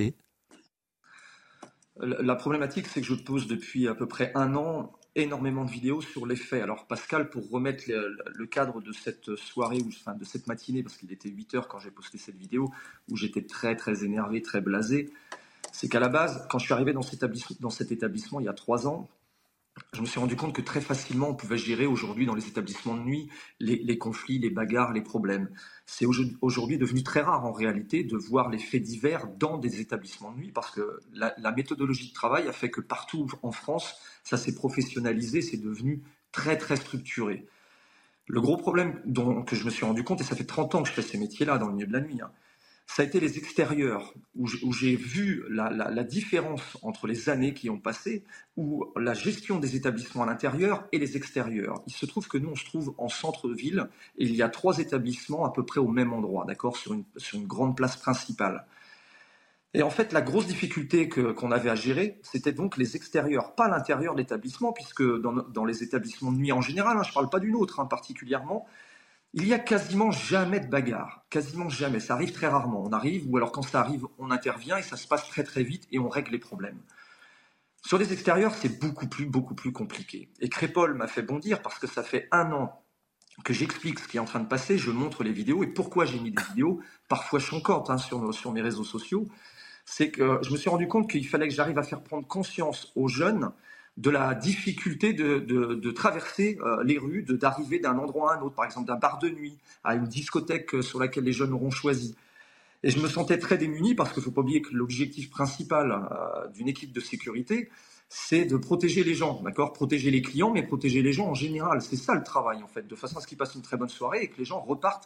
La problématique, c'est que je pose depuis à peu près 1 an énormément de vidéos sur les faits. Alors Pascal, pour remettre le cadre de cette soirée, enfin de cette matinée, parce qu'il était 8h quand j'ai posté cette vidéo, où j'étais très très énervé, très blasé, c'est qu'à la base, quand je suis arrivé dans cet établissement il y a 3 ans, je me suis rendu compte que très facilement on pouvait gérer aujourd'hui dans les établissements de nuit les conflits, les bagarres, les problèmes. C'est aujourd'hui devenu très rare en réalité de voir les faits divers dans des établissements de nuit parce que la méthodologie de travail a fait que partout en France, ça s'est professionnalisé, c'est devenu très très structuré. Le gros problème que je me suis rendu compte, et ça fait 30 ans que je fais ces métiers-là dans le milieu de la nuit, ça a été les extérieurs, où j'ai vu la différence entre les années qui ont passé, où la gestion des établissements à l'intérieur et les extérieurs. Il se trouve que nous, on se trouve en centre-ville, et il y a 3 établissements à peu près au même endroit, d'accord, sur une grande place principale. Et en fait, la grosse difficulté qu'on avait à gérer, c'était donc les extérieurs, pas l'intérieur de l'établissement, puisque dans les établissements de nuit en général, je ne parle pas du nôtre particulièrement, il n'y a quasiment jamais de bagarre, quasiment jamais, ça arrive très rarement. On arrive, ou alors quand ça arrive, on intervient et ça se passe très très vite et on règle les problèmes. Sur les extérieurs, c'est beaucoup plus compliqué. Et Crépol m'a fait bondir parce que ça fait 1 an que j'explique ce qui est en train de passer, je montre les vidéos et pourquoi j'ai mis des vidéos, parfois choquantes sur mes réseaux sociaux, c'est que je me suis rendu compte qu'il fallait que j'arrive à faire prendre conscience aux jeunes de la difficulté de traverser les rues, d'arriver d'un endroit à un autre, par exemple d'un bar de nuit à une discothèque sur laquelle les jeunes auront choisi. Et je me sentais très démuni parce qu'il ne faut pas oublier que l'objectif principal d'une équipe de sécurité, c'est de protéger les gens, d'accord ? Protéger les clients, mais protéger les gens en général. C'est ça le travail, en fait, de façon à ce qu'ils passent une très bonne soirée et que les gens repartent,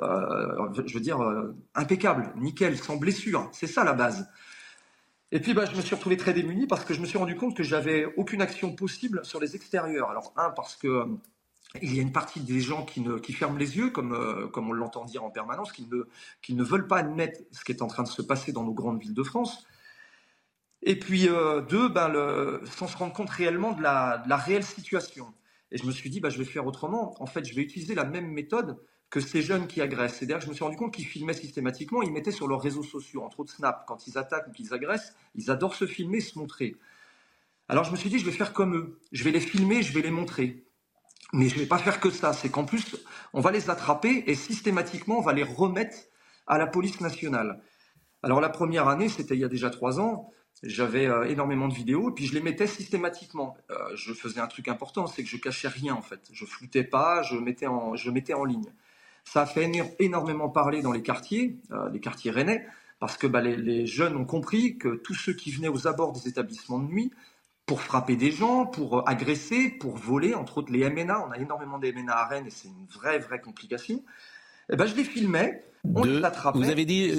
impeccables, nickel, sans blessure. C'est ça la base. Et puis je me suis retrouvé très démuni parce que je me suis rendu compte que j'avais aucune action possible sur les extérieurs. Alors parce que il y a une partie des gens qui ferment les yeux, comme on l'entend dire en permanence, qui ne veulent pas admettre ce qui est en train de se passer dans nos grandes villes de France. Et puis 2, sans se rendre compte réellement de la réelle situation. Et je me suis dit, je vais faire autrement. En fait, je vais utiliser la même méthode que ces jeunes qui agressent. C'est-à-dire que je me suis rendu compte qu'ils filmaient systématiquement, ils mettaient sur leurs réseaux sociaux, entre autres Snap, quand ils attaquent ou qu'ils agressent, ils adorent se filmer et se montrer. Alors je me suis dit, je vais faire comme eux, je vais les filmer, je vais les montrer. Mais je ne vais pas faire que ça, c'est qu'en plus, on va les attraper et systématiquement, on va les remettre à la police nationale. Alors la première année, c'était il y a déjà 3 ans, j'avais énormément de vidéos et puis je les mettais systématiquement. Je faisais un truc important, c'est que je cachais rien en fait. Je floutais pas, je mettais en ligne. Ça a fait énormément parler dans les quartiers rennais, parce que les jeunes ont compris que tous ceux qui venaient aux abords des établissements de nuit pour frapper des gens, pour agresser, pour voler, entre autres les MNA, on a énormément de MNA à Rennes et c'est une vraie complication, je les filmais, on les attrapait. Vous avez dit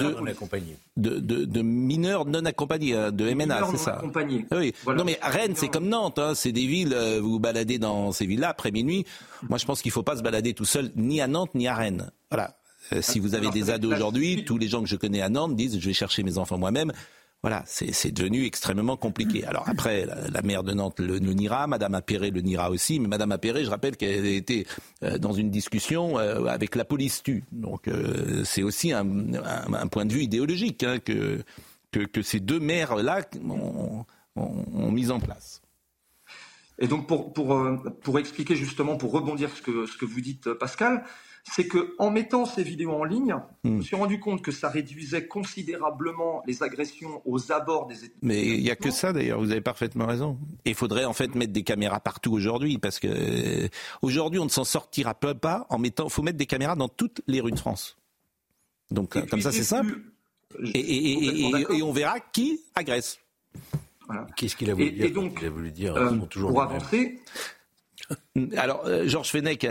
de mineurs non accompagnés, de MNA, c'est ça ? Accompagnés. Oui. Voilà. Non mais Rennes, c'est comme Nantes, c'est des villes, vous vous baladez dans ces villes-là après minuit. Moi je pense qu'il ne faut pas se balader tout seul, ni à Nantes, ni à Rennes. Voilà. Si vous avez des ados aujourd'hui, tous les gens que je connais à Nantes disent je vais chercher mes enfants moi-même. Voilà, c'est devenu extrêmement compliqué. Alors après, la maire de Nantes le niera, Madame Appéré le niera aussi, mais Madame Appéré, je rappelle qu'elle était dans une discussion avec la police tue. Donc c'est aussi un point de vue idéologique que ces 2 maires-là ont mis en place. Et donc pour expliquer justement, pour rebondir ce que vous dites Pascal, c'est qu'en mettant ces vidéos en ligne, je me suis rendu compte que ça réduisait considérablement les agressions aux abords des établissements. Mais il n'y a que ça d'ailleurs, vous avez parfaitement raison. Il faudrait en fait mettre des caméras partout aujourd'hui, parce que aujourd'hui on ne s'en sortira pas en mettant. Il faut mettre des caméras dans toutes les rues de France. Donc comme ça c'est simple. Et on verra qui agresse. Voilà. Qu'est-ce qu'il a voulu dire ? Et donc, il a voulu dire ils sont toujours pour avancer. Alors Georges Fenech,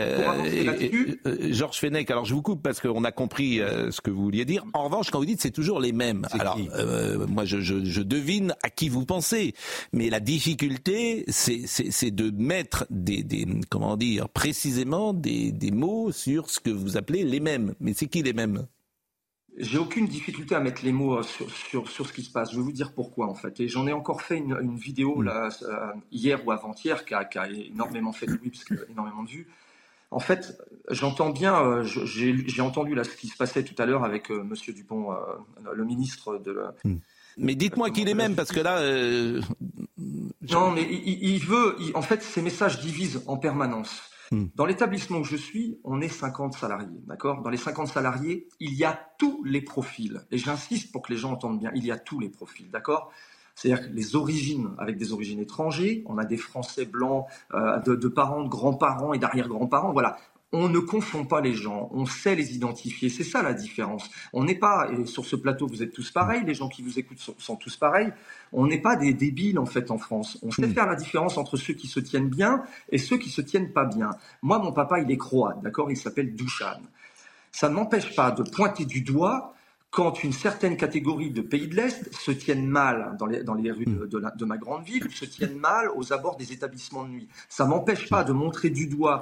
alors je vous coupe parce qu'on a compris ce que vous vouliez dire. En revanche, quand vous dites c'est toujours les mêmes, moi je devine à qui vous pensez, mais la difficulté c'est de mettre précisément des mots sur ce que vous appelez les mêmes. Mais c'est qui les mêmes ? J'ai aucune difficulté à mettre les mots sur ce qui se passe. Je vais vous dire pourquoi, en fait. Et j'en ai encore fait une vidéo là, hier ou avant-hier qui a énormément fait de bruit, parce qu'il y a énormément de vues. En fait, j'entends bien, j'ai entendu là ce qui se passait tout à l'heure avec Monsieur Dupont, le ministre de la... Mais dites-moi qu'il est même, parce que là... Non, mais en fait, ces messages divisent en permanence. Dans l'établissement où je suis, on est 50 salariés, d'accord ? Dans les 50 salariés, il y a tous les profils. Et j'insiste pour que les gens entendent bien, il y a tous les profils, d'accord ? C'est-à-dire que les origines, avec des origines étrangères, on a des Français blancs, de parents, de grands-parents et d'arrière-grands-parents, voilà. On ne confond pas les gens, on sait les identifier, c'est ça la différence. On n'est pas, et sur ce plateau vous êtes tous pareils, les gens qui vous écoutent sont tous pareils, on n'est pas des débiles en fait en France. On sait faire la différence entre ceux qui se tiennent bien et ceux qui se tiennent pas bien. Moi mon papa il est croate, d'accord, il s'appelle Dušan. Ça ne m'empêche pas de pointer du doigt quand une certaine catégorie de pays de l'Est se tiennent mal dans les rues de ma grande ville, ou se tiennent mal aux abords des établissements de nuit. Ça m'empêche pas de montrer du doigt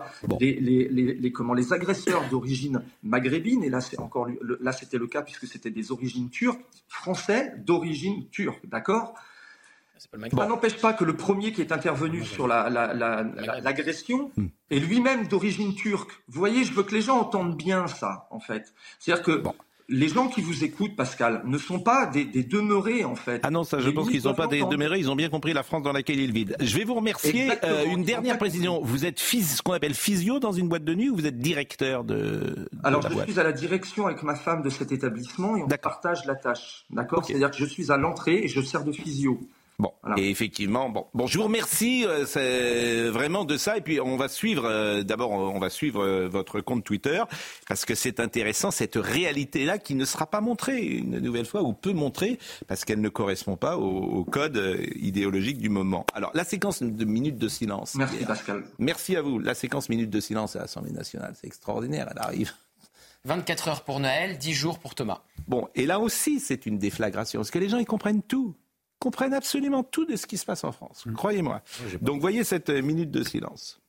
les agresseurs d'origine maghrébine, et là c'était le cas puisque c'était des origines turques, français d'origine turque, d'accord ? Ça n'empêche pas que le premier qui est intervenu sur l'agression est lui-même d'origine turque. Vous voyez, je veux que les gens entendent bien ça, en fait. C'est-à-dire que les gens qui vous écoutent, Pascal, ne sont pas des demeurés, en fait. Ah non, ça, je pense qu'ils ne sont pas des demeurés, ils ont bien compris la France dans laquelle ils vivent. Je vais vous remercier. Une dernière précision. Vous êtes ce qu'on appelle physio dans une boîte de nuit, ou vous êtes directeur de Alors, la je boîte ? suis à la direction avec ma femme de cet établissement et on partage la tâche. D'accord ? C'est-à-dire que je suis à l'entrée et je sers de physio. Bon, voilà. Et effectivement, bon, je vous remercie, c'est vraiment de ça. Et puis on va suivre, d'abord, on va suivre votre compte Twitter, parce que c'est intéressant, cette réalité-là qui ne sera pas montrée une nouvelle fois, ou peu montrée, parce qu'elle ne correspond pas au code idéologique du moment. Alors, la séquence de minutes de silence. Merci Pascal. Merci à vous. La séquence minutes de silence à l'Assemblée nationale, c'est extraordinaire, elle arrive. 24 heures pour Noël, 10 jours pour Thomas. Bon, et là aussi, c'est une déflagration, parce que les gens, ils comprennent tout. Comprennent absolument tout de ce qui se passe en France, croyez-moi. Donc voyez cette minute de silence.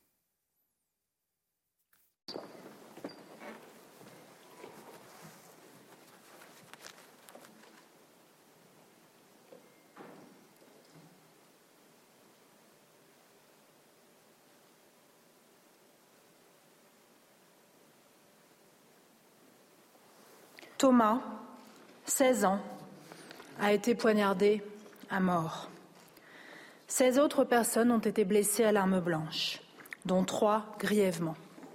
Thomas, 16 ans, a été poignardé à mort. 16 autres personnes ont été blessées à l'arme blanche, dont 3 grièvement.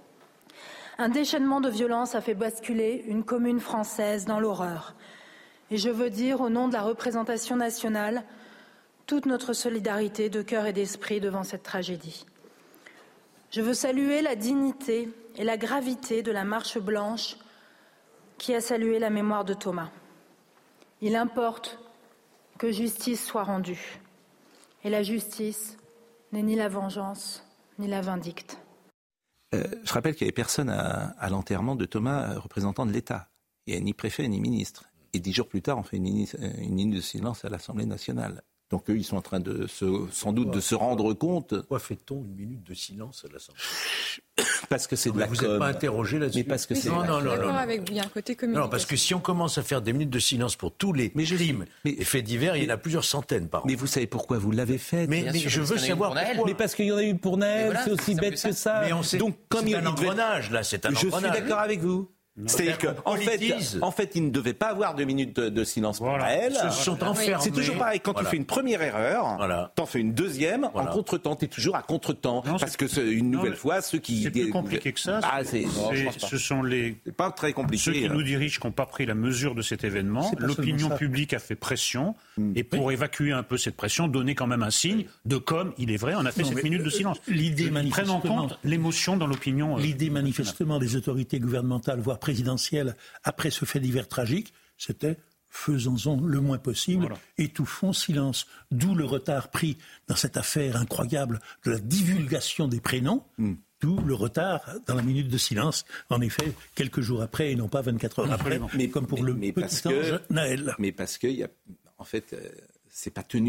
Un déchaînement de violence a fait basculer une commune française dans l'horreur. Et je veux dire, au nom de la représentation nationale, toute notre solidarité de cœur et d'esprit devant cette tragédie. Je veux saluer la dignité et la gravité de la marche blanche qui a salué la mémoire de Thomas. Il importe que justice soit rendue. Et la justice n'est ni la vengeance, ni la vindicte. Je rappelle qu'il n'y avait personne à l'enterrement de Thomas, représentant de l'État. Il n'y a ni préfet ni ministre. Et 10 jours plus tard, on fait une minute de silence à l'Assemblée nationale. Donc eux, ils sont en train sans doute de se rendre compte. Pourquoi fait-on une minute de silence à l'Assemblée ? Parce que c'est de la com. Vous n'êtes pas interrogé là-dessus ? Mais parce que c'est non. Avec vous, il y a un côté communication. Non, parce que si on commence à faire des minutes de silence pour tous les crimes et faits divers, il y en a plusieurs centaines par an. Mais vous savez pourquoi vous l'avez fait ? Mais je veux savoir pourquoi. Mais parce qu'il y en a eu pour Naël, voilà, c'est aussi bête que ça. Mais on sait, donc, comme c'est un engrenage, là, c'est un engrenage. Je suis d'accord avec vous. C'est-à-dire qu'en fait, il ne devait pas avoir 2 minutes de silence pour elle. Ils se sont enfermés. C'est toujours pareil. Quand tu fais une première erreur, t'en fais une deuxième, en contre-temps. T'es toujours à contre-temps. Parce que une nouvelle fois, ceux qui... C'est plus compliqué que ça. Ce sont c'est pas très compliqué. Ceux qui nous dirigent qui n'ont pas pris la mesure de cet événement. L'opinion publique a fait pression. Et pour évacuer un peu cette pression, donner quand même un signe de comme, il est vrai, on a fait cette minute de silence. L'idée prennent en compte l'émotion dans l'opinion. L'idée manifestement des autorités gouvernementales, voire présidentielle, après ce fait divers tragique, c'était faisons-en le moins possible, étouffons silence. D'où le retard pris dans cette affaire incroyable de la divulgation des prénoms, d'où le retard dans la minute de silence, en effet, quelques jours après et non pas 24 heures après, comme pour le petit ange Naël. Mais parce que, en fait, c'est pas tenu.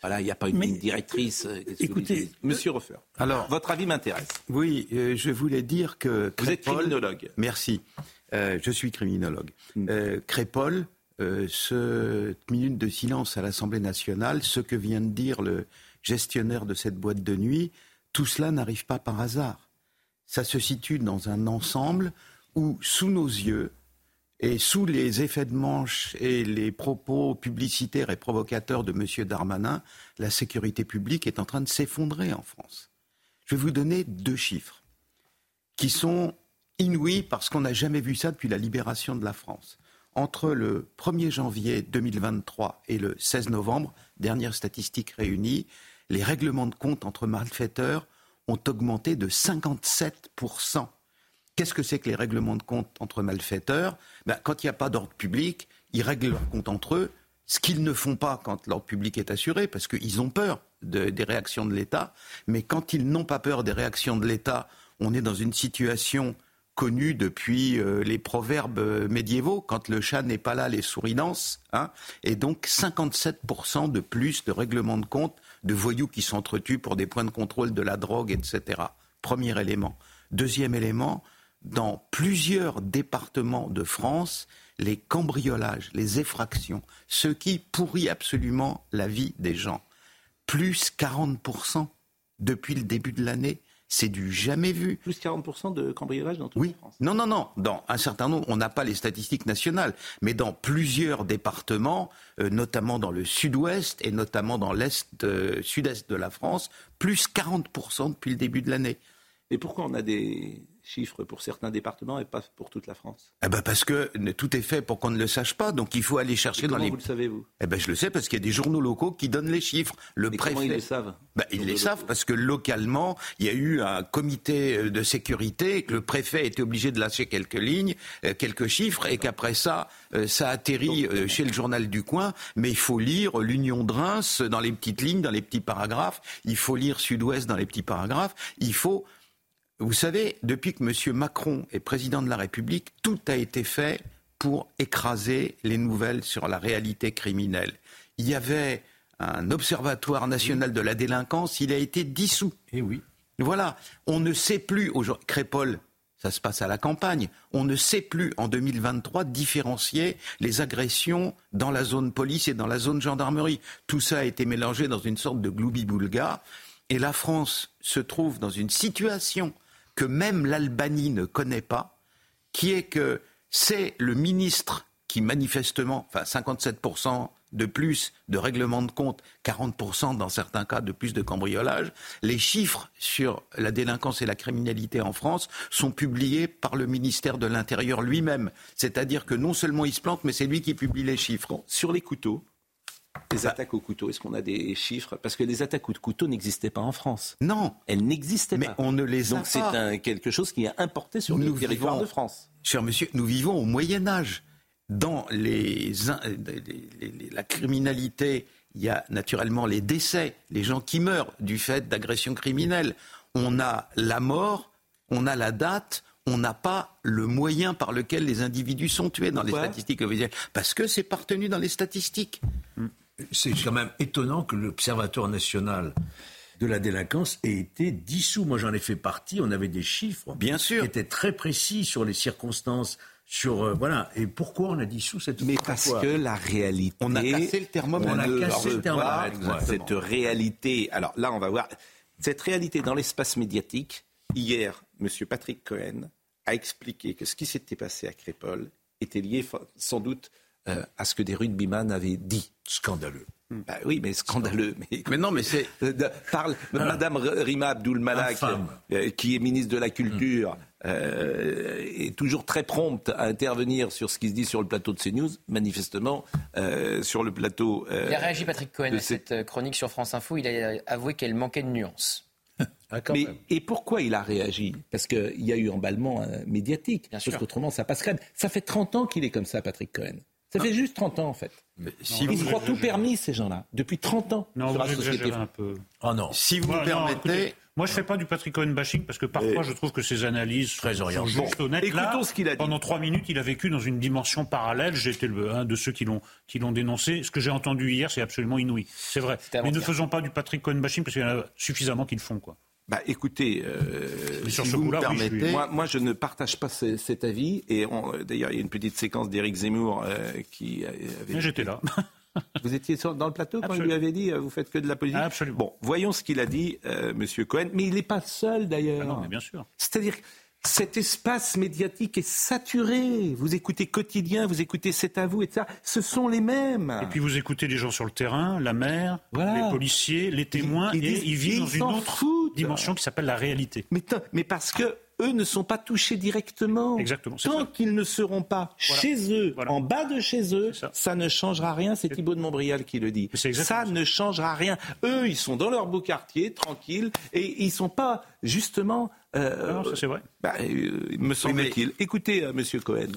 Voilà, il n'y a pas une ligne directrice. Écoutez, Monsieur Hofer, alors votre avis m'intéresse. Oui, je voulais dire que Vous êtes criminologue. Merci. Je suis criminologue. Crépol, ce minute de silence à l'Assemblée nationale, ce que vient de dire le gestionnaire de cette boîte de nuit, tout cela n'arrive pas par hasard. Ça se situe dans un ensemble où, sous nos yeux, et sous les effets de manche et les propos publicitaires et provocateurs de M. Darmanin, la sécurité publique est en train de s'effondrer en France. Je vais vous donner 2 chiffres qui sont inouïs parce qu'on n'a jamais vu ça depuis la libération de la France. Entre le 1er janvier 2023 et le 16 novembre, dernière statistique réunie, les règlements de compte entre malfaiteurs ont augmenté de 57%. Qu'est-ce que c'est que les règlements de compte entre malfaiteurs ? Quand il n'y a pas d'ordre public, ils règlent leurs comptes entre eux, ce qu'ils ne font pas quand l'ordre public est assuré, parce qu'ils ont peur des réactions de l'État. Mais quand ils n'ont pas peur des réactions de l'État, on est dans une situation connue depuis les proverbes médiévaux. Quand le chat n'est pas là, les souris dansent. Et donc 57% de plus de règlements de compte de voyous qui s'entretuent pour des points de contrôle de la drogue, etc. Premier élément. Deuxième élément, dans plusieurs départements de France, les cambriolages, les effractions, ce qui pourrit absolument la vie des gens, plus 40% depuis le début de l'année, c'est du jamais vu. Plus 40% de cambriolages dans toute la France. Non. Dans un certain nombre, on n'a pas les statistiques nationales, mais dans plusieurs départements, notamment dans le sud-ouest et notamment dans sud-est de la France, plus 40% depuis le début de l'année. Et pourquoi on a des chiffres pour certains départements et pas pour toute la France ? Parce que tout est fait pour qu'on ne le sache pas, donc il faut aller chercher dans les... Comment vous le savez, vous ? Je le sais parce qu'il y a des journaux locaux qui donnent les chiffres. Comment ils le savent ? Ils les savent parce que localement, il y a eu un comité de sécurité et que le préfet a été obligé de lâcher quelques lignes, quelques chiffres, et qu'après ça, ça atterrit chez le journal du coin. Mais il faut lire l'Union de Reims dans les petites lignes, dans les petits paragraphes. Il faut lire Sud-Ouest dans les petits paragraphes. Vous savez, depuis que M. Macron est président de la République, tout a été fait pour écraser les nouvelles sur la réalité criminelle. Il y avait un observatoire national de la délinquance, il a été dissous. Eh oui. Voilà, on ne sait plus, aujourd'hui, Crépol, ça se passe à la campagne, on ne sait plus en 2023 différencier les agressions dans la zone police et dans la zone gendarmerie. Tout ça a été mélangé dans une sorte de gloubi-boulga, et la France se trouve dans une situation que même l'Albanie ne connaît pas, qui est que c'est le ministre qui manifestement, 57% de plus de règlements de compte, 40% dans certains cas de plus de cambriolage. Les chiffres sur la délinquance et la criminalité en France sont publiés par le ministère de l'Intérieur lui-même. C'est-à-dire que non seulement il se plante, mais c'est lui qui publie les chiffres. Sur les couteaux, les attaques au couteau, est-ce qu'on a des chiffres ? Parce que les attaques au couteau n'existaient pas en France. Non. Elles n'existaient pas. Mais on ne les a Donc pas. c'est quelque chose qui est importé sur le territoire de France. Cher monsieur, nous vivons au Moyen-Âge. Dans la criminalité, il y a naturellement les décès, les gens qui meurent du fait d'agressions criminelles. On a la mort, on a la date, on n'a pas le moyen par lequel les individus sont tués dans les statistiques officielles. Parce que c'est pas retenu dans les statistiques. C'est quand même étonnant que l'Observatoire national de la délinquance ait été dissous. Moi, j'en ai fait partie. On avait des chiffres, bien sûr, qui étaient très précis sur les circonstances. Voilà. Et pourquoi on a dissous cette... Mais parce que la réalité... On a cassé le thermomètre. On a cassé le thermomètre. Cette réalité... Alors là, on va voir. Cette réalité dans l'espace médiatique, hier, M. Patrick Cohen a expliqué que ce qui s'était passé à Crépol était lié sans doute à ce que des rugbyman avaient dit. Scandaleux. Oui, mais scandaleux. Mais non, mais c'est... Parle Madame Rima Abdul-Malak, qui est ministre de la Culture, est toujours très prompte à intervenir sur ce qui se dit sur le plateau de CNews, manifestement, sur le plateau... Il a réagi, Patrick Cohen, à cette chronique sur France Info. Il a avoué qu'elle manquait de nuances. Et pourquoi il a réagi ? Parce qu'il y a eu emballement médiatique. Parce qu'autrement, ça passe crème. Ça fait 30 ans qu'il est comme ça, Patrick Cohen. Ça fait juste 30 ans, en fait. Ils se croient tout permis, ces gens-là, depuis 30 ans. Non, vous exagérez un peu. Oh non. Si vous me permettez... Moi, je ne fais pas du Patrick Cohen bashing parce que parfois, je trouve que ses analyses sont juste honnêtes. Écoutons ce qu'il a dit. Pendant 3 minutes, il a vécu dans une dimension parallèle. J'étais un de ceux qui l'ont dénoncé. Ce que j'ai entendu hier, c'est absolument inouï. C'est vrai. Mais ne faisons pas du Patrick Cohen bashing parce qu'il y en a suffisamment qui le font, quoi. Écoutez, sur si ce vous coup-là, me permettez, oui, moi je ne partage pas cet avis. Et d'ailleurs, il y a une petite séquence d'Éric Zemmour qui avait... Mais j'étais là. Vous étiez dans le plateau quand Absolument. il lui avait dit vous faites que de la politique. Absolument. Bon, voyons ce qu'il a dit, Monsieur Cohen. Mais il n'est pas seul d'ailleurs. Non, mais bien sûr. C'est-à-dire que cet espace médiatique est saturé. Vous écoutez Quotidien, vous écoutez C'est à vous, etc. Ce sont les mêmes. Et puis vous écoutez les gens sur le terrain, la mer, les policiers, les témoins, ils vivent dans une autre dimension qui s'appelle la réalité. Mais parce que eux ne sont pas touchés directement. Exactement. Tant qu'ils ne seront pas chez eux, en bas de chez eux, ça ne changera rien. C'est Thibault de Montbrial qui le dit. Ça ne changera rien. Eux, ils sont dans leur beau quartier, tranquilles, et ils ne sont pas, justement... non, ça c'est vrai. Me semble-t-il. Écoutez, Monsieur Cohen.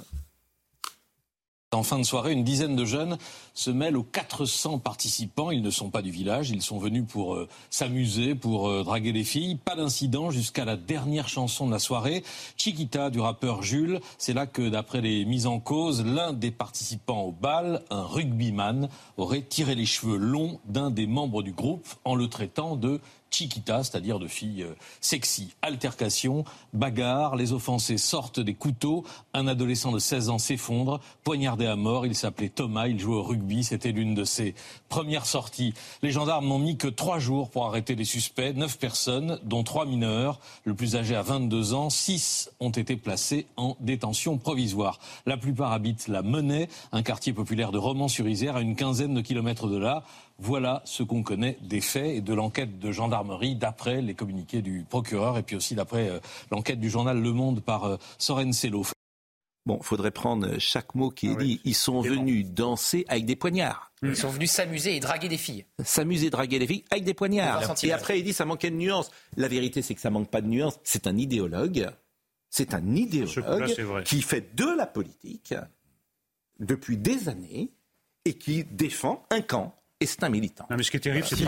En fin de soirée, une dizaine de jeunes se mêlent aux 400 participants. Ils ne sont pas du village, ils sont venus pour s'amuser, pour draguer les filles. Pas d'incident jusqu'à la dernière chanson de la soirée, Chiquita du rappeur Jules. C'est là que, d'après les mises en cause, l'un des participants au bal, un rugbyman, aurait tiré les cheveux longs d'un des membres du groupe en le traitant de Chiquita, c'est-à-dire de filles sexy. Altercation, bagarre, les offensés sortent des couteaux, un adolescent de 16 ans s'effondre, poignardé à mort, il s'appelait Thomas, il jouait au rugby, c'était l'une de ses premières sorties. Les gendarmes n'ont mis que 3 jours pour arrêter les suspects, 9 personnes, dont 3 mineurs, le plus âgé à 22 ans, 6 ont été placés en détention provisoire. La plupart habitent la Menai, un quartier populaire de Romans-sur-Isère, à une quinzaine de kilomètres de là. Voilà ce qu'on connaît des faits et de l'enquête de gendarmerie d'après les communiqués du procureur et puis aussi d'après l'enquête du journal Le Monde par Soren Sello. Bon, il faudrait prendre chaque mot qui est dit. Ils sont venus danser avec des poignards. Ils sont venus s'amuser et draguer des filles. S'amuser et draguer des filles avec des poignards. Et après, il dit ça manquait de nuances. La vérité, c'est que ça manque pas de nuances. C'est un idéologue. C'est un idéologue qui fait de la politique depuis des années et qui défend un camp. Et c'est un militant. Non, mais ce qui est terrible, c'est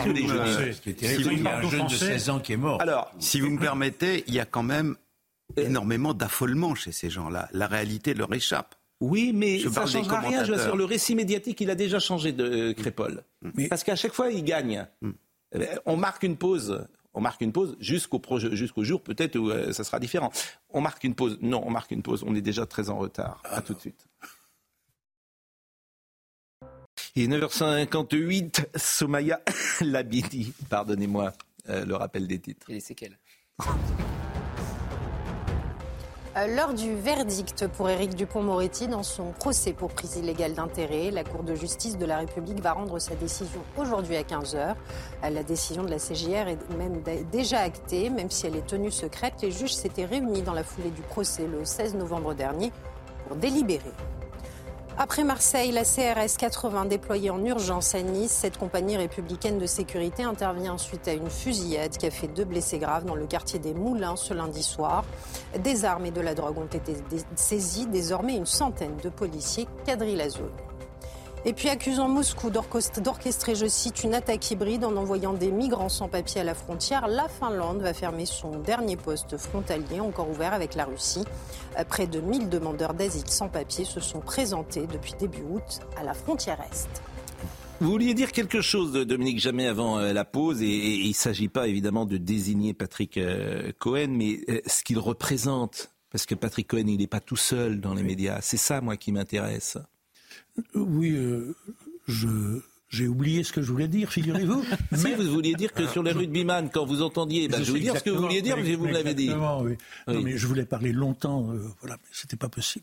il y a un jeune de 16 ans qui est mort. Alors, si vous me permettez, il y a quand même énormément d'affolement chez ces gens-là. La réalité leur échappe. Oui, mais ça ne changera rien. Je vous assure, le récit médiatique, il a déjà changé de Crépol. Parce qu'à chaque fois, il gagne. On marque une pause. Jusqu'au jour peut-être où ça sera différent. On marque une pause. Non, on marque une pause. On est déjà très en retard. À tout de suite. Il est 9h58, Somaya Labidi, pardonnez-moi le rappel des titres. Et les séquelles. L'heure du verdict pour Éric Dupond-Moretti dans son procès pour prise illégale d'intérêt. La Cour de justice de la République va rendre sa décision aujourd'hui à 15h. La décision de la CJR est même déjà actée, même si elle est tenue secrète. Les juges s'étaient réunis dans la foulée du procès le 16 novembre dernier pour délibérer. Après Marseille, la CRS 80 déployée en urgence à Nice. Cette compagnie républicaine de sécurité intervient suite à une fusillade qui a fait 2 blessés graves dans le quartier des Moulins ce lundi soir. Des armes et de la drogue ont été saisies. Désormais, une centaine de policiers quadrillent la zone. Et puis accusant Moscou d'orchestrer, je cite, une attaque hybride en envoyant des migrants sans papier à la frontière, la Finlande va fermer son dernier poste frontalier encore ouvert avec la Russie. Près de 1000 demandeurs d'asile sans papier se sont présentés depuis début août à la frontière Est. Vous vouliez dire quelque chose, Dominique Jamais, avant la pause, et il ne s'agit pas évidemment de désigner Patrick Cohen, mais ce qu'il représente, parce que Patrick Cohen, il n'est pas tout seul dans les médias. C'est ça, moi, qui m'intéresse. Oui, j'ai oublié ce que je voulais dire, figurez-vous. Si vous vouliez dire que sur les rugbyman, quand vous entendiez, je veux dire ce que vous vouliez dire, mais vous me l'avez dit. Oui. Non, mais je voulais parler longtemps, voilà, mais c'était pas possible.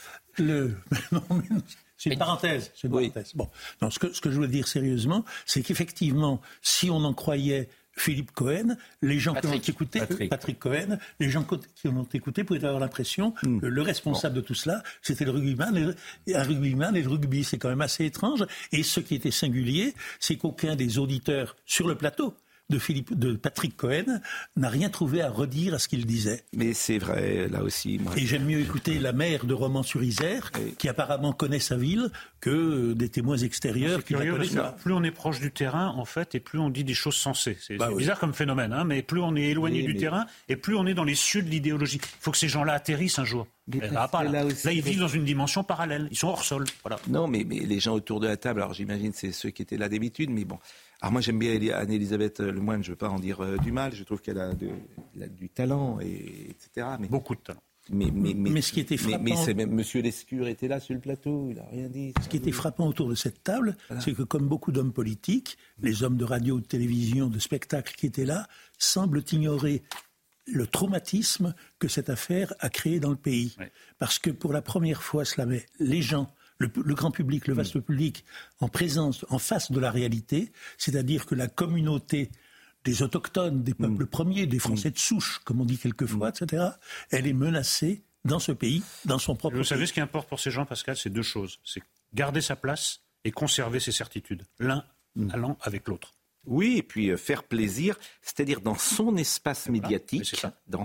C'est une parenthèse. Bon, non, ce que je voulais dire sérieusement, c'est qu'effectivement, si on en croyait Philippe Cohen, les gens qui ont écouté Patrick Cohen, les gens qui en ont écouté pouvaient avoir l'impression que le responsable de tout cela, c'était le rugbyman. Un rugbyman et le rugby, c'est quand même assez étrange. Et ce qui était singulier, c'est qu'aucun des auditeurs sur le plateau, de Patrick Cohen n'a rien trouvé à redire à ce qu'il disait. Mais c'est vrai, là aussi. Moi, et j'aime mieux écouter la maire de Romans-sur-Isère, qui apparemment connaît sa ville, que des témoins extérieurs qui la connaissent pas. Plus on est proche du terrain, en fait, et plus on dit des choses sensées. C'est bizarre comme phénomène, hein, mais plus on est éloigné du terrain, et plus on est dans les cieux de l'idéologie. Il faut que ces gens-là atterrissent un jour. Là, ils vivent dans une dimension parallèle. Ils sont hors sol. Voilà. Non, mais les gens autour de la table, alors j'imagine c'est ceux qui étaient là d'habitude, mais bon. Alors moi j'aime bien Anne-Elisabeth Lemoine, je ne veux pas en dire du mal, je trouve qu'elle a du talent, etc. Mais, beaucoup de talent. Mais ce qui était frappant... Mais Monsieur Lescure était là sur le plateau, il n'a rien dit. Ce qui était frappant autour de cette table, c'est que comme beaucoup d'hommes politiques, les hommes de radio, de télévision, de spectacle qui étaient là, semblent ignorer le traumatisme que cette affaire a créé dans le pays. Oui. Parce que pour la première fois, cela met les gens... Le grand public, le vaste public, en présence, en face de la réalité, c'est-à-dire que la communauté des autochtones, des peuples premiers, des Français de souche, comme on dit quelquefois, etc., elle est menacée dans ce pays, dans son propre pays. Vous savez, ce qui importe pour ces gens, Pascal, c'est deux choses. C'est garder sa place et conserver ses certitudes, l'un allant avec l'autre. Oui, et puis faire plaisir, c'est-à-dire dans son espace médiatique,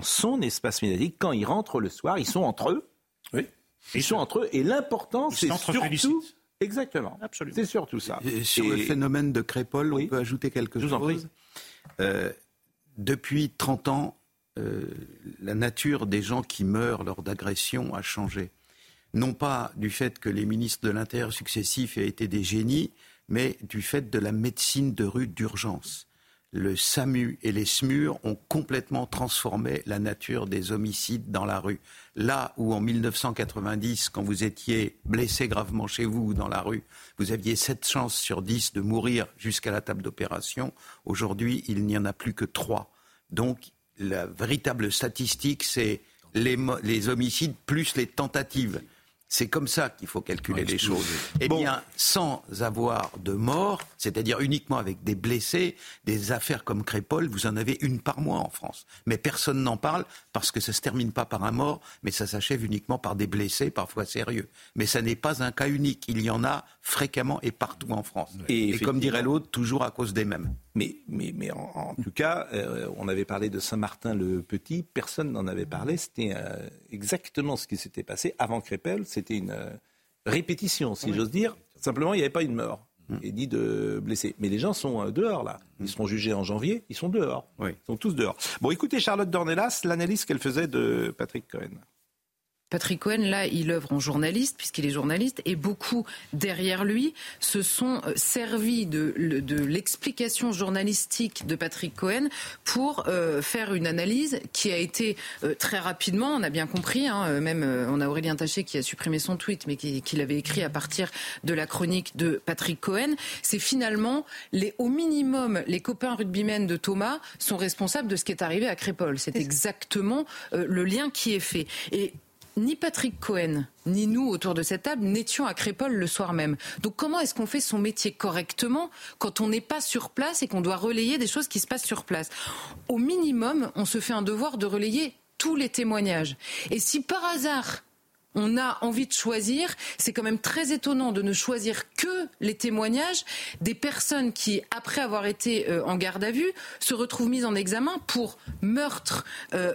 quand ils rentrent le soir, ils sont entre eux. Oui. Ils sont entre eux, et l'important, c'est surtout... Exactement. Absolument. C'est surtout ça. Sur le phénomène de Crépol, on peut ajouter quelque chose. Depuis 30 ans, la nature des gens qui meurent lors d'agressions a changé. Non pas du fait que les ministres de l'Intérieur successifs aient été des génies, mais du fait de la médecine de rue d'urgence. Le SAMU et les SMUR ont complètement transformé la nature des homicides dans la rue. Là où en 1990, quand vous étiez blessé gravement chez vous ou dans la rue, vous aviez 7 chances sur 10 de mourir jusqu'à la table d'opération, aujourd'hui, il n'y en a plus que 3. Donc, la véritable statistique, c'est les homicides plus les tentatives. C'est comme ça qu'il faut calculer les choses. Eh bien, sans avoir de morts, c'est-à-dire uniquement avec des blessés, des affaires comme Crépol, vous en avez une par mois en France. Mais personne n'en parle parce que ça ne se termine pas par un mort, mais ça s'achève uniquement par des blessés, parfois sérieux. Mais ça n'est pas un cas unique. Il y en a fréquemment et partout en France. Et comme dirait l'autre, toujours à cause des mêmes. Mais en tout cas, on avait parlé de Saint-Martin-le-Petit, personne n'en avait parlé. C'était exactement ce qui s'était passé avant Crépol. C'était une répétition, si j'ose dire. Simplement, il n'y avait pas une mort et ni de blessés. Mais les gens sont dehors, là. Ils seront jugés en janvier, ils sont dehors. Ils sont tous dehors. Bon, écoutez Charlotte Dornelas, l'analyse qu'elle faisait de Patrick Cohen. Patrick Cohen, là, il œuvre en journaliste, puisqu'il est journaliste, et beaucoup derrière lui se sont servis de l'explication journalistique de Patrick Cohen pour faire une analyse qui a été très rapidement, on a bien compris, même on a Aurélien Taché qui a supprimé son tweet, mais qui l'avait écrit à partir de la chronique de Patrick Cohen. C'est finalement, au minimum, les copains rugbymen de Thomas sont responsables de ce qui est arrivé à Crépol. C'est exactement le lien qui est fait. Et ni Patrick Cohen, ni nous autour de cette table n'étions à Crépol le soir même. Donc comment est-ce qu'on fait son métier correctement quand on n'est pas sur place et qu'on doit relayer des choses qui se passent sur place ? Au minimum, on se fait un devoir de relayer tous les témoignages. Et si par hasard on a envie de choisir, c'est quand même très étonnant de ne choisir que les témoignages des personnes qui, après avoir été en garde à vue, se retrouvent mises en examen pour meurtre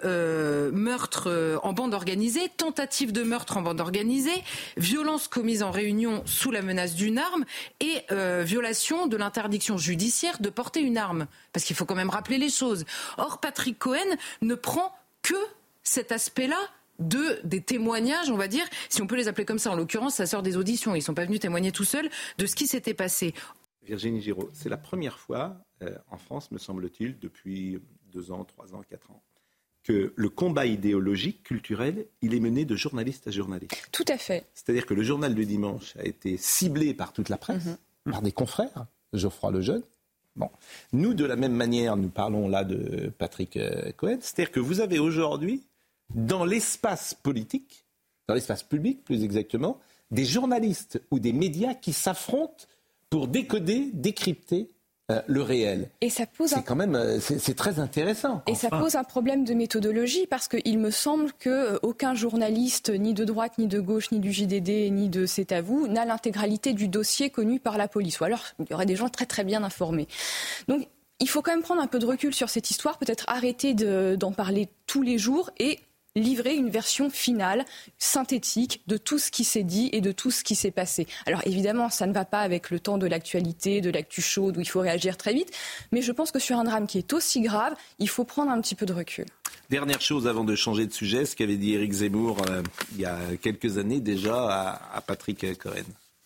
en bande organisée, tentative de meurtre en bande organisée, violence commise en réunion sous la menace d'une arme et violation de l'interdiction judiciaire de porter une arme. Parce qu'il faut quand même rappeler les choses. Or, Patrick Cohen ne prend que cet aspect-là des témoignages, on va dire, si on peut les appeler comme ça. En l'occurrence, ça sort des auditions. Ils ne sont pas venus témoigner tout seuls de ce qui s'était passé. Virginie Giraud, c'est la première fois en France, me semble-t-il, depuis 2 ans, 3 ans, 4 ans, que le combat idéologique, culturel, il est mené de journaliste à journaliste. Tout à fait. C'est-à-dire que le journal du dimanche a été ciblé par toute la presse, par des confrères, Geoffroy Lejeune. Bon. Nous, de la même manière, nous parlons là de Patrick Cohen. C'est-à-dire que vous avez aujourd'hui, dans l'espace politique, dans l'espace public plus exactement, des journalistes ou des médias qui s'affrontent pour décoder, décrypter le réel. Et ça pose c'est quand même c'est très intéressant. Et ça pose un problème de méthodologie parce qu'il me semble qu'aucun journaliste, ni de droite, ni de gauche, ni du JDD, ni de C'est à vous, n'a l'intégralité du dossier connu par la police. Ou alors, il y aurait des gens très très bien informés. Donc, il faut quand même prendre un peu de recul sur cette histoire, peut-être arrêter d'en parler tous les jours et livrer une version finale, synthétique, de tout ce qui s'est dit et de tout ce qui s'est passé. Alors évidemment, ça ne va pas avec le temps de l'actualité, de l'actu chaude, où il faut réagir très vite, mais je pense que sur un drame qui est aussi grave, il faut prendre un petit peu de recul. Dernière chose avant de changer de sujet, ce qu'avait dit Éric Zemmour il y a quelques années déjà à Patrick Cohen.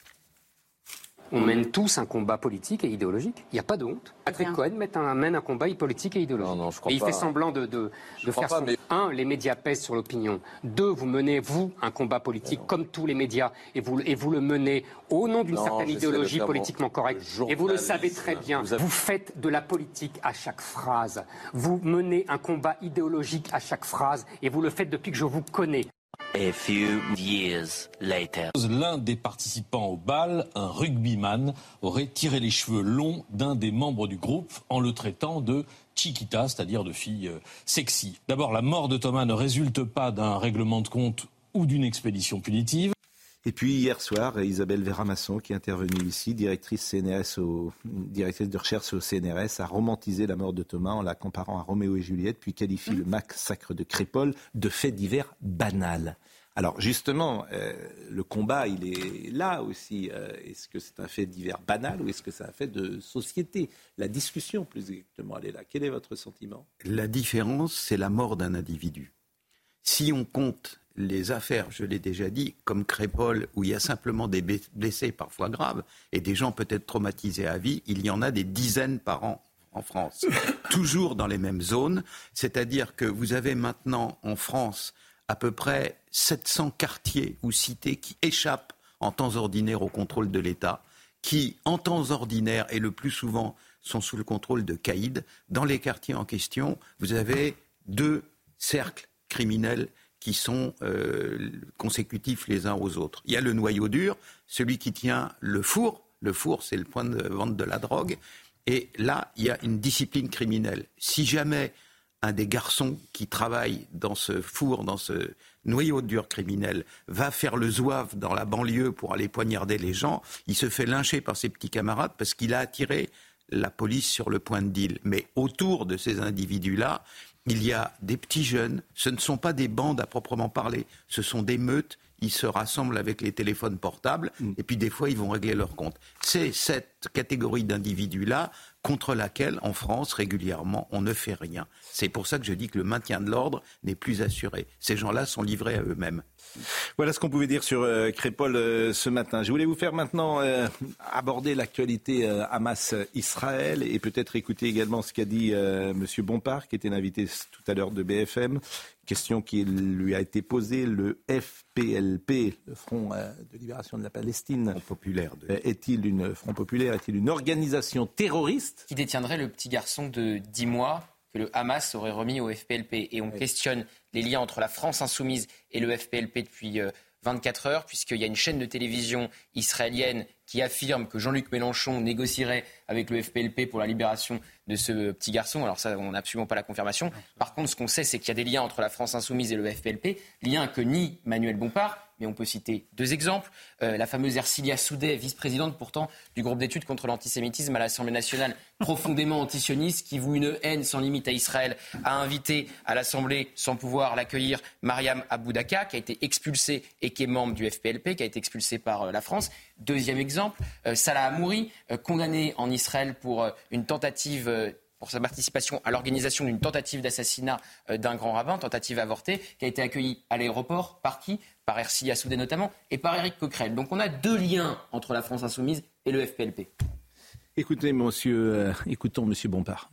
On mène tous un combat politique et idéologique. Il n'y a pas de honte. Patrick Cohen mène un combat politique et idéologique. Non, je crois pas. Il fait semblant de faire ça. Un, les médias pèsent sur l'opinion. Deux, vous menez, vous, un combat politique comme tous les médias. Et vous le menez au nom d'une certaine idéologie politiquement correcte. Et vous le savez très bien. Vous faites de la politique à chaque phrase. Vous menez un combat idéologique à chaque phrase. Et vous le faites depuis que je vous connais. A few years later. L'un des participants au bal, un rugbyman, aurait tiré les cheveux longs d'un des membres du groupe en le traitant de chiquita, c'est-à-dire de fille sexy. D'abord, la mort de Thomas ne résulte pas d'un règlement de compte ou d'une expédition punitive. Et puis hier soir, Isabelle Véramasson, qui est intervenue ici, directrice de recherche au CNRS, a romantisé la mort de Thomas en la comparant à Roméo et Juliette, puis qualifie le massacre de Crépol de fait divers banal. Alors justement, le combat, il est là aussi. Est-ce que c'est un fait divers banal ou est-ce que c'est un fait de société ? La discussion, plus exactement, elle est là. Quel est votre sentiment ? La différence, c'est la mort d'un individu. Si on compte les affaires, je l'ai déjà dit, comme Crépol, où il y a simplement des blessés parfois graves et des gens peut-être traumatisés à vie, il y en a des dizaines par an en France. Toujours dans les mêmes zones, c'est-à-dire que vous avez maintenant en France à peu près 700 quartiers ou cités qui échappent en temps ordinaire au contrôle de l'État, qui en temps ordinaire et le plus souvent sont sous le contrôle de caïds. Dans les quartiers en question, vous avez 2 cercles criminels qui sont consécutifs les uns aux autres. Il y a le noyau dur, celui qui tient le four. Le four, c'est le point de vente de la drogue. Et là, il y a une discipline criminelle. Si jamais un des garçons qui travaille dans ce four, dans ce noyau dur criminel, va faire le zouave dans la banlieue pour aller poignarder les gens, il se fait lyncher par ses petits camarades parce qu'il a attiré la police sur le point de deal. Mais autour de ces individus-là, il y a des petits jeunes, ce ne sont pas des bandes à proprement parler, ce sont des meutes, ils se rassemblent avec les téléphones portables et puis des fois ils vont régler leur compte. C'est cette catégorie d'individus-là contre laquelle en France régulièrement on ne fait rien. C'est pour ça que je dis que le maintien de l'ordre n'est plus assuré. Ces gens-là sont livrés à eux-mêmes. Voilà ce qu'on pouvait dire sur Crépol ce matin. Je voulais vous faire maintenant aborder l'actualité Hamas-Israël et peut-être écouter également ce qu'a dit M. Bompard, qui était l'invité tout à l'heure de BFM. Question qui lui a été posée, le FPLP, le Front de Libération de la Palestine, est-il une organisation terroriste qui détiendrait le petit garçon de 10 mois que le Hamas aurait remis au FPLP. Et on questionne les liens entre la France insoumise et le FPLP depuis 24 heures, puisqu'il y a une chaîne de télévision israélienne qui affirme que Jean-Luc Mélenchon négocierait avec le FPLP pour la libération de ce petit garçon. Alors ça, on n'a absolument pas la confirmation. Par contre, ce qu'on sait, c'est qu'il y a des liens entre la France insoumise et le FPLP, liens que nie Manuel Bompard. Mais on peut citer 2 exemples. La fameuse Ercilia Soudet, vice-présidente pourtant du groupe d'études contre l'antisémitisme à l'Assemblée nationale, profondément antisioniste, qui voue une haine sans limite à Israël, a invité à l'Assemblée, sans pouvoir l'accueillir, Mariam Aboudaka, qui a été expulsée et qui est membre du FPLP, qui a été expulsée par la France. 2e exemple, Salah Hamouri, condamné en Israël pour une tentative... pour sa participation à l'organisation d'une tentative d'assassinat d'un grand rabbin, tentative avortée, qui a été accueillie à l'aéroport. Par qui ? Par Ercilia Soudet notamment, et par Éric Coquerel. Donc on a 2 liens entre la France insoumise et le FPLP. Écoutons M. Bompard.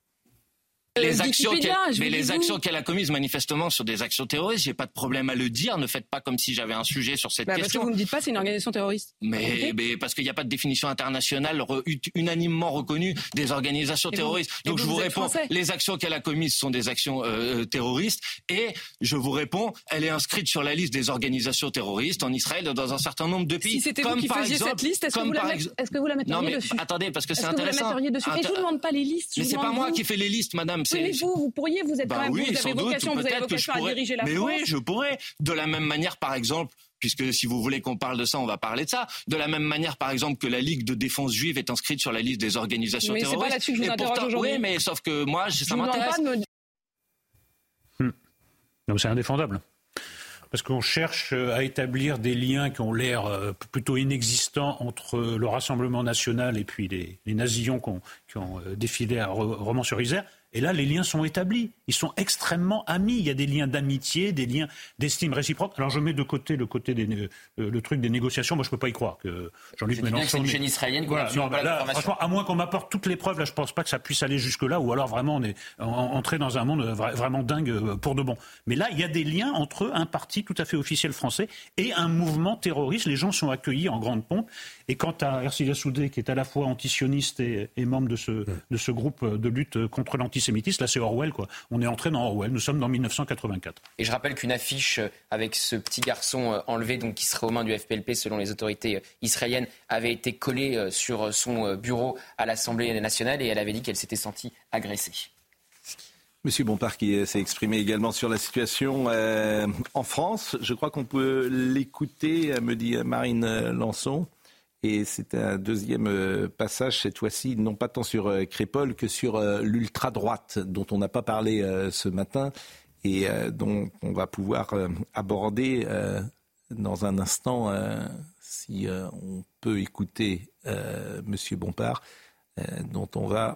Les actions qu'elle a commises manifestement sur des actions terroristes, j'ai pas de problème à le dire. Ne faites pas comme si j'avais un sujet sur cette question. Parce que vous ne dites pas c'est une organisation terroriste. Mais parce qu'il n'y a pas de définition internationale unanimement reconnue des organisations terroristes. Donc je vous réponds, les actions qu'elle a commises sont des actions terroristes. Et je vous réponds, elle est inscrite sur la liste des organisations terroristes en Israël dans un certain nombre de pays. Si c'était vous qui faisiez cette liste, est-ce que vous la metteriez dessus ? Attendez, parce que c'est intéressant. Et je vous demande pas les listes. Mais c'est pas moi qui fais les listes, madame. Oui, mais vous êtes quand même, vous avez vocation à diriger la France. Mais oui, je pourrais. De la même manière, par exemple, puisque si vous voulez qu'on parle de ça, on va parler de ça. De la même manière, par exemple, que la Ligue de défense juive est inscrite sur la liste des organisations terroristes. Mais c'est pas là-dessus que je vous interroge aujourd'hui. Oui, mais sauf que moi, ça m'intéresse. Donc c'est indéfendable. Parce qu'on cherche à établir des liens qui ont l'air plutôt inexistants entre le Rassemblement national et puis les nazillons qui ont défilé à Romans-sur-Isère. Et là, les liens sont établis. Ils sont extrêmement amis. Il y a des liens d'amitié, des liens d'estime réciproque. Alors je mets de côté le truc des négociations. Moi, je ne peux pas y croire que Jean-Luc Mélenchon... C'est une chaîne israélienne qu'on voilà, là, franchement, à moins qu'on m'apporte toutes les preuves, là, je ne pense pas que ça puisse aller jusque-là. Ou alors vraiment, on est entré dans un monde vraiment dingue pour de bon. Mais là, il y a des liens entre un parti tout à fait officiel français et un mouvement terroriste. Les gens sont accueillis en grande pompe. Et quant à Ercilia Soudé, qui est à la fois antisioniste et membre de ce groupe de lutte contre l'antisémitisme, là c'est Orwell, quoi. On est entré dans Orwell, nous sommes dans 1984. Et je rappelle qu'une affiche avec ce petit garçon enlevé, donc qui serait aux mains du FPLP selon les autorités israéliennes, avait été collée sur son bureau à l'Assemblée nationale et elle avait dit qu'elle s'était sentie agressée. Monsieur Bompard qui s'est exprimé également sur la situation en France. Je crois qu'on peut l'écouter, me dit Marine Lançon. Et c'est un deuxième passage, cette fois-ci, non pas tant sur Crépol que sur l'ultra-droite, dont on n'a pas parlé ce matin et dont on va pouvoir aborder dans un instant, si on peut écouter Monsieur Bompard, dont on va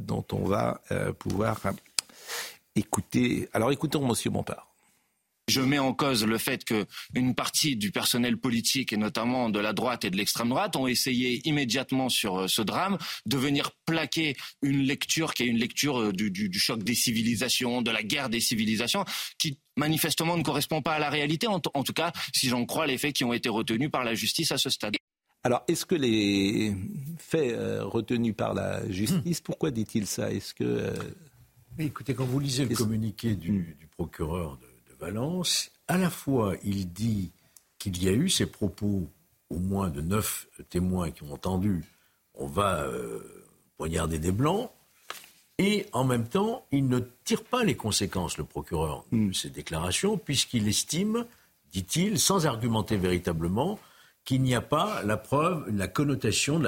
pouvoir écouter. Alors écoutons Monsieur Bompard. Je mets en cause le fait qu'une partie du personnel politique, et notamment de la droite et de l'extrême droite, ont essayé immédiatement sur ce drame de venir plaquer une lecture qui est une lecture du choc des civilisations, de la guerre des civilisations, qui manifestement ne correspond pas à la réalité, en tout cas si j'en crois les faits qui ont été retenus par la justice à ce stade. Alors, est-ce que les faits retenus par la justice, pourquoi dit-il ça ? Est-ce que... Mais écoutez, quand vous lisez le communiqué du procureur de Valence, à la fois il dit qu'il y a eu ces propos, au moins de 9 témoins qui ont entendu on va poignarder des blancs, et en même temps il ne tire pas les conséquences, le procureur, de ces déclarations, puisqu'il estime, dit-il, sans argumenter véritablement, qu'il n'y a pas la preuve, la connotation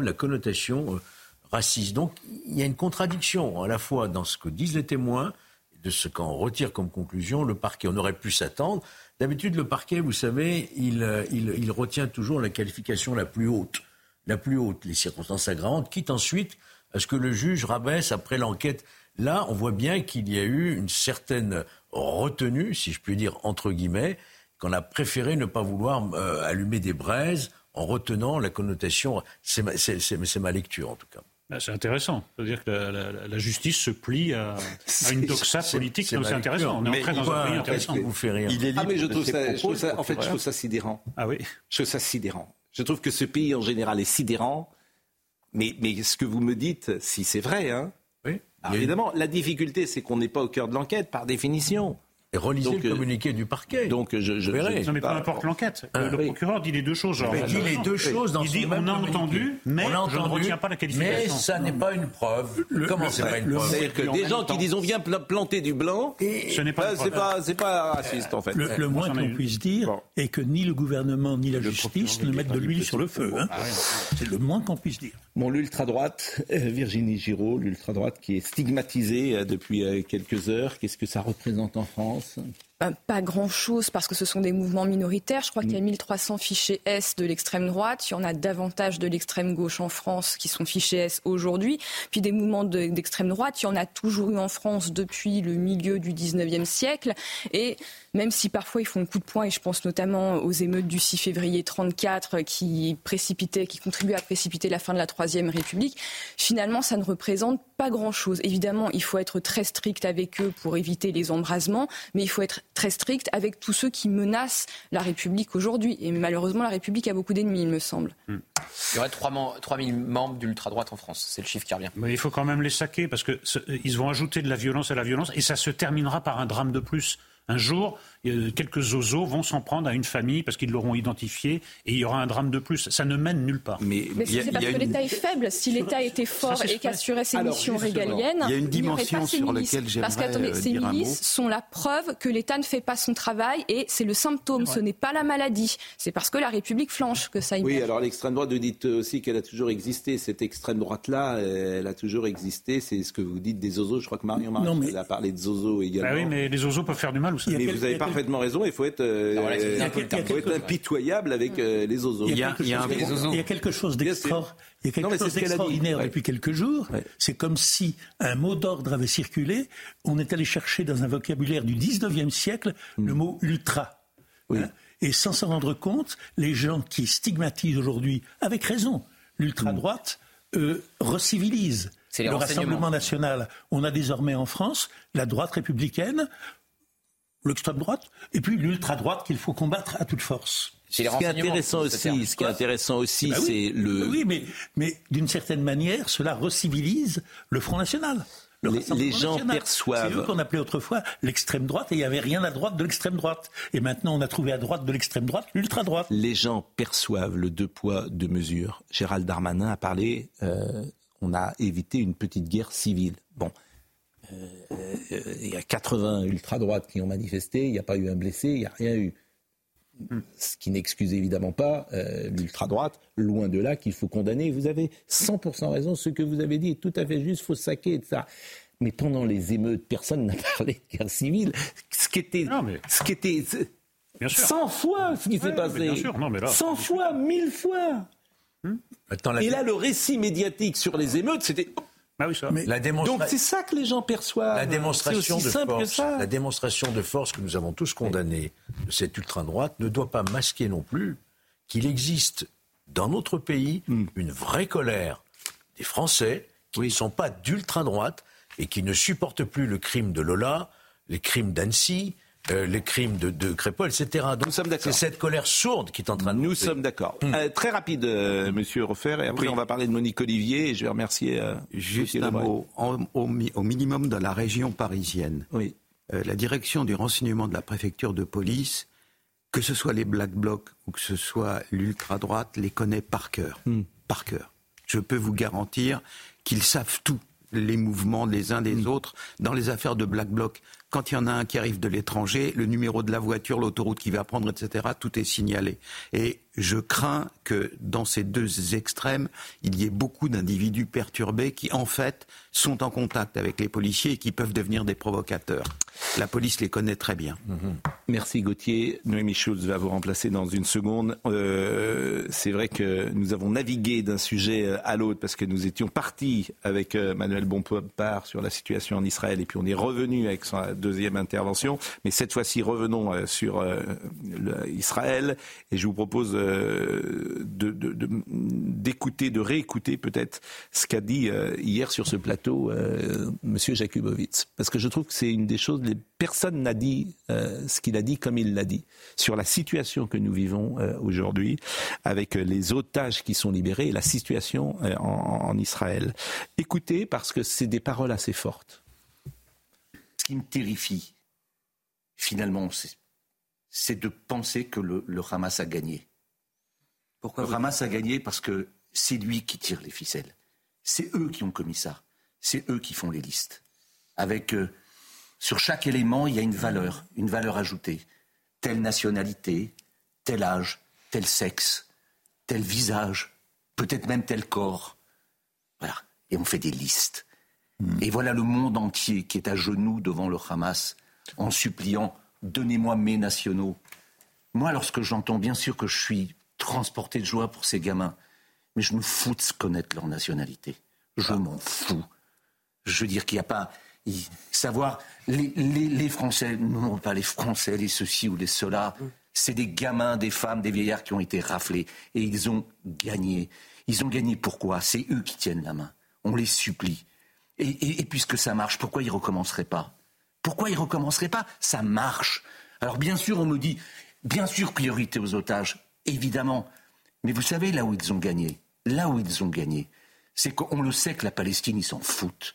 raciste. Donc il y a une contradiction à la fois dans ce que disent les témoins, de ce qu'on retire comme conclusion le parquet. On aurait pu s'attendre. D'habitude, le parquet, vous savez, il retient toujours la qualification la plus haute, les circonstances aggravantes, quitte ensuite à ce que le juge rabaisse après l'enquête. Là, on voit bien qu'il y a eu une certaine retenue, si je puis dire, entre guillemets, qu'on a préféré ne pas vouloir allumer des braises en retenant la connotation. C'est ma lecture, en tout cas. C'est intéressant. C'est-à-dire que la justice se plie à une doxa politique. C'est intéressant. On est entré dans un pays intéressant. Vous fait rire. Il est libre mais je trouve ça sidérant. Ah oui. Je trouve ça sidérant. Je trouve que ce pays en général est sidérant. Mais ce que vous me dites, si c'est vrai, hein. Oui. Alors, évidemment, la difficulté, c'est qu'on n'est pas au cœur de l'enquête, par définition. Et relisez le communiqué du parquet. Donc je verrai. Non mais peu importe l'enquête. Le procureur dit les deux choses. Il dit les deux choses dans il dit on a entendu, mais je ne retiens pas la qualification. Mais ça n'est pas une preuve. Comment c'est pas une preuve ? C'est-à-dire que des gens qui disent on vient planter du blanc, ce n'est pas c'est pas raciste en fait. Le moins qu'on puisse dire est que ni le gouvernement ni la justice ne mettent de l'huile sur le feu. C'est le moins qu'on puisse dire. Bon, l'ultra-droite, Virginie Giraud, l'ultra-droite qui est stigmatisée depuis quelques heures, qu'est-ce que ça représente en France ? Pas grand-chose parce que ce sont des mouvements minoritaires. Je crois qu'il y a 1300 fichés S de l'extrême droite. Il y en a davantage de l'extrême gauche en France qui sont fichés S aujourd'hui. Puis des mouvements d'extrême droite, il y en a toujours eu en France depuis le milieu du 19e siècle. Et même si parfois ils font le coup de poing, et je pense notamment aux émeutes du 6 février 1934 qui contribuaient à précipiter la fin de la Troisième République, finalement ça ne représente pas grand-chose. Évidemment, il faut être très strict avec eux pour éviter les embrasements, mais il faut être très strict avec tous ceux qui menacent la République aujourd'hui. Et malheureusement, la République a beaucoup d'ennemis, il me semble. Il y aurait 3000 membres d'ultra-droite en France. C'est le chiffre qui revient. Mais il faut quand même les saquer parce qu'ils vont ajouter de la violence à la violence et ça se terminera par un drame de plus. Un jour, quelques zozos vont s'en prendre à une famille parce qu'ils l'auront identifié et il y aura un drame de plus. Ça ne mène nulle part. Mais c'est parce que l'État est faible. Si l'État était fort et qu'assurait ses missions régaliennes, il y a une dimension sur laquelle j'aimerais parce que ces milices sont la preuve que l'État ne fait pas son travail et c'est le symptôme. Ce n'est pas la maladie. C'est parce que la République flanche que ça émerge. Oui, alors l'extrême droite, vous dites aussi qu'elle a toujours existé. Cette extrême droite-là, elle a toujours existé. C'est ce que vous dites des zozos. Je crois que Marion Maréchal a parlé de zozos également. Ah oui, mais les zozos peuvent faire du mal aussi. Mais vous avez parfaitement raison. Il faut être impitoyable avec les zozos. Il y a quelque chose d'extraordinaire depuis quelques jours. Ouais. C'est comme si un mot d'ordre avait circulé. On est allé chercher dans un vocabulaire du 19e siècle le mot ultra. Oui. Hein, et sans s'en rendre compte, les gens qui stigmatisent aujourd'hui, avec raison, l'ultra-droite, recivilisent le Rassemblement national. On a désormais en France la droite républicaine, l'extrême droite, et puis l'ultra-droite qu'il faut combattre à toute force. Ce qui est intéressant aussi, c'est le... Oui, mais d'une certaine manière, cela recivilise le Front National. Les gens perçoivent... C'est eux qu'on appelait autrefois l'extrême droite, et il n'y avait rien à droite de l'extrême droite. Et maintenant, on a trouvé à droite de l'extrême droite l'ultra-droite. Les gens perçoivent le 2 poids, 2 mesures. Gérald Darmanin a parlé, on a évité une petite guerre civile. Bon, il y a 80 ultra-droites qui ont manifesté, il n'y a pas eu un blessé, il n'y a rien eu. Ce qui n'excuse évidemment pas l'ultra-droite, loin de là, qu'il faut condamner. Vous avez 100% raison, ce que vous avez dit est tout à fait juste, il faut saquer et tout ça. Mais pendant les émeutes, personne n'a parlé de guerre civile. Ce qui était 100 fois ce qui s'est passé. Bien sûr. Non, mais là, 100 fois, 1000 fois. Et là, le récit médiatique sur les émeutes, c'était... Ah oui, ça. Donc c'est ça que les gens perçoivent. La démonstration c'est aussi simple que ça. La démonstration de force que nous avons tous condamnée de cette ultra-droite ne doit pas masquer non plus qu'il existe dans notre pays une vraie colère des Français qui ne sont pas d'ultra-droite et qui ne supportent plus le crime de Lola, les crimes d'Annecy, les crimes de Crépol, etc. Donc nous sommes d'accord. C'est cette colère sourde qui est en train de... Nous sommes d'accord. Très rapide, Monsieur Refer, et après on va parler de Monique Olivier, et je vais remercier... Juste un mot. Au minimum dans la région parisienne, la direction du renseignement de la préfecture de police, que ce soit les Black Blocs ou que ce soit l'ultra-droite, les connaît par cœur. Par cœur. Je peux vous garantir qu'ils savent tout, les mouvements des uns des autres, dans les affaires de Black Bloc. Quand il y en a un qui arrive de l'étranger, le numéro de la voiture, l'autoroute qu'il va prendre, etc., tout est signalé. Et je crains que dans ces deux extrêmes, il y ait beaucoup d'individus perturbés qui, en fait, sont en contact avec les policiers et qui peuvent devenir des provocateurs. La police les connaît très bien. Merci Gauthier. Noémie Schulz va vous remplacer dans une seconde. C'est vrai que nous avons navigué d'un sujet à l'autre parce que nous étions partis avec Manuel Bompard sur la situation en Israël et puis on est revenu avec sa deuxième intervention. Mais cette fois-ci, revenons sur Israël et je vous propose d'écouter, de réécouter peut-être ce qu'a dit hier sur ce plateau Monsieur Jakubowicz. Parce que je trouve que c'est une des choses, personne n'a dit ce qu'il a dit comme il l'a dit. Sur la situation que nous vivons aujourd'hui, avec les otages qui sont libérés et la situation en Israël. Écoutez, parce que c'est des paroles assez fortes. Ce qui me terrifie, finalement, c'est de penser que le Hamas a gagné. Pourquoi le Hamas a gagné parce que c'est lui qui tire les ficelles. C'est eux qui ont commis ça. C'est eux qui font les listes. Avec, sur chaque élément, il y a une valeur ajoutée. Telle nationalité, tel âge, tel sexe, tel visage, peut-être même tel corps. Voilà. Et on fait des listes. Et voilà le monde entier qui est à genoux devant le Hamas en suppliant « Donnez-moi mes nationaux ». Moi, lorsque j'entends, bien sûr que je suis transporté de joie pour ces gamins, mais je me fous de connaître leur nationalité. Je m'en fous. Je veux dire qu'il n'y a pas... Savoir, les Français, non pas les Français, les ceci ou les cela, c'est des gamins, des femmes, des vieillards qui ont été raflés. Et ils ont gagné. Ils ont gagné pourquoi ? C'est eux qui tiennent la main. On les supplie. Et puisque ça marche, pourquoi ils ne recommenceraient pas ? Pourquoi ils ne recommenceraient pas ? Ça marche. Alors bien sûr, on me dit, bien sûr, priorité aux otages, évidemment. Mais vous savez là où ils ont gagné ? Là où ils ont gagné, c'est qu'on le sait que la Palestine, ils s'en foutent.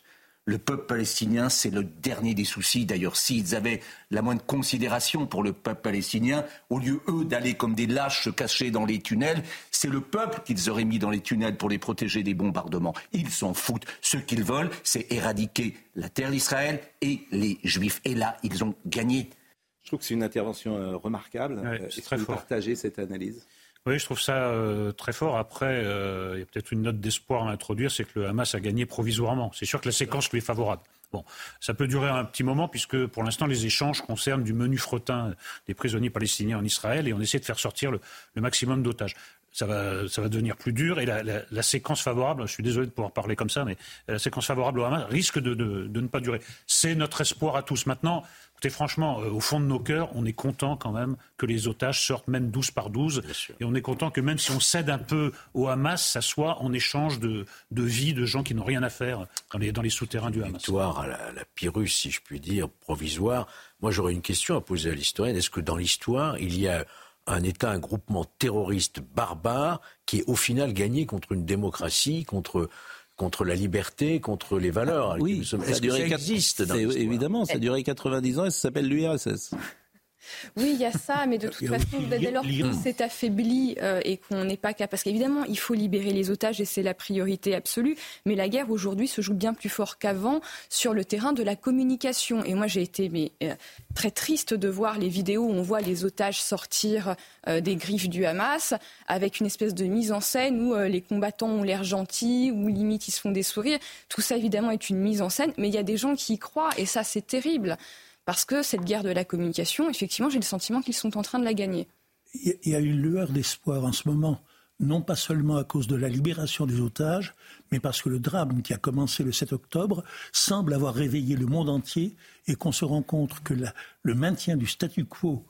Le peuple palestinien, c'est le dernier des soucis. D'ailleurs, s'ils avaient la moindre considération pour le peuple palestinien, au lieu, eux, d'aller comme des lâches se cacher dans les tunnels, c'est le peuple qu'ils auraient mis dans les tunnels pour les protéger des bombardements. Ils s'en foutent. Ce qu'ils veulent, c'est éradiquer la terre d'Israël et les Juifs. Et là, ils ont gagné. Je trouve que c'est une intervention remarquable. C'est très fort. Partager cette analyse. Oui, je trouve ça très fort. Après, il y a peut-être une note d'espoir à introduire, c'est que le Hamas a gagné provisoirement. C'est sûr que la séquence lui est favorable. Bon, ça peut durer un petit moment puisque pour l'instant les échanges concernent du menu fretin des prisonniers palestiniens en Israël et on essaie de faire sortir le maximum d'otages. Ça va devenir plus dur et la séquence favorable, je suis désolé de pouvoir parler comme ça, mais la séquence favorable au Hamas risque de ne pas durer. C'est notre espoir à tous. Maintenant, écoutez, franchement, au fond de nos cœurs, on est content quand même que les otages sortent même 12 par 12. Et on est content que même si on cède un peu au Hamas, ça soit en échange de vie de gens qui n'ont rien à faire dans les souterrains du Hamas. Victoire à la Pyrrhus, si je puis dire, provisoire. Moi, j'aurais une question à poser à l'historienne. Est-ce que dans l'histoire, il y a un groupement terroriste barbare qui est au final gagné contre une démocratie, contre la liberté, contre les valeurs? Oui, est-ce que ça existe dans l'histoire? Évidemment, ça a duré 90 ans et ça s'appelle l'URSS. Oui, il y a ça, mais de toute façon, dès lors qu'on s'est affaibli et qu'on n'est pas capable... Parce qu'évidemment, il faut libérer les otages et c'est la priorité absolue, mais la guerre aujourd'hui se joue bien plus fort qu'avant sur le terrain de la communication. Et moi, j'ai été très triste de voir les vidéos où on voit les otages sortir des griffes du Hamas avec une espèce de mise en scène où les combattants ont l'air gentils, où limite ils se font des sourires. Tout ça, évidemment, est une mise en scène, mais il y a des gens qui y croient et ça, c'est terrible. Parce que cette guerre de la communication, effectivement, j'ai le sentiment qu'ils sont en train de la gagner. Il y a une lueur d'espoir en ce moment, non pas seulement à cause de la libération des otages, mais parce que le drame qui a commencé le 7 octobre semble avoir réveillé le monde entier et qu'on se rend compte que le maintien du statu quo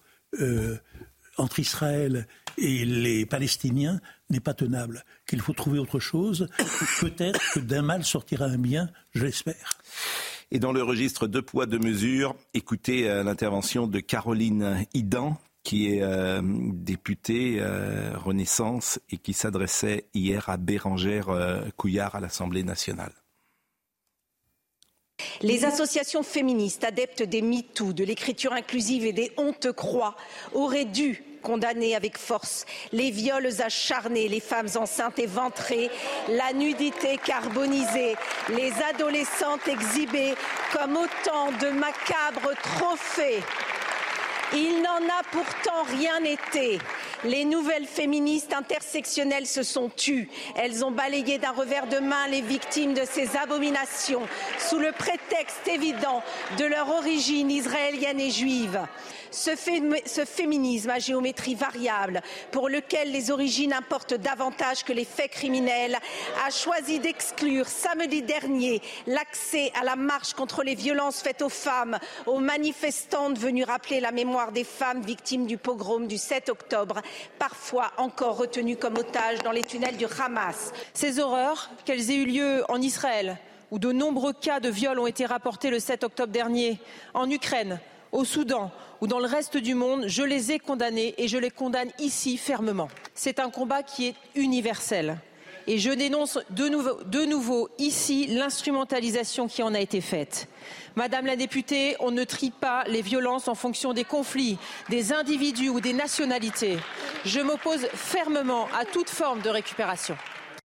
entre Israël et les Palestiniens n'est pas tenable, qu'il faut trouver autre chose. Peut-être que d'un mal sortira un bien, je l'espère. Et dans le registre 2 poids 2 mesures, écoutez l'intervention de Caroline Hidan, qui est députée Renaissance et qui s'adressait hier à Bérangère Couillard à l'Assemblée nationale. Les associations féministes adeptes des MeToo, de l'écriture inclusive et des honte-croix auraient dû condamner avec force les viols acharnés, les femmes enceintes éventrées, la nudité carbonisée, les adolescentes exhibées comme autant de macabres trophées. Il n'en a pourtant rien été. Les nouvelles féministes intersectionnelles se sont tues. Elles ont balayé d'un revers de main les victimes de ces abominations sous le prétexte évident de leur origine israélienne et juive. Ce féminisme à géométrie variable, pour lequel les origines importent davantage que les faits criminels, a choisi d'exclure samedi dernier l'accès à la marche contre les violences faites aux femmes, aux manifestantes venues rappeler la mémoire des femmes victimes du pogrom du 7 octobre, parfois encore retenues comme otages dans les tunnels du Hamas. Ces horreurs, qu'elles aient eu lieu en Israël, où de nombreux cas de viol ont été rapportés le 7 octobre dernier, en Ukraine, au Soudan ou dans le reste du monde, je les ai condamnées et je les condamne ici fermement. C'est un combat qui est universel. Et je dénonce de nouveau ici l'instrumentalisation qui en a été faite. Madame la députée, on ne trie pas les violences en fonction des conflits, des individus ou des nationalités. Je m'oppose fermement à toute forme de récupération.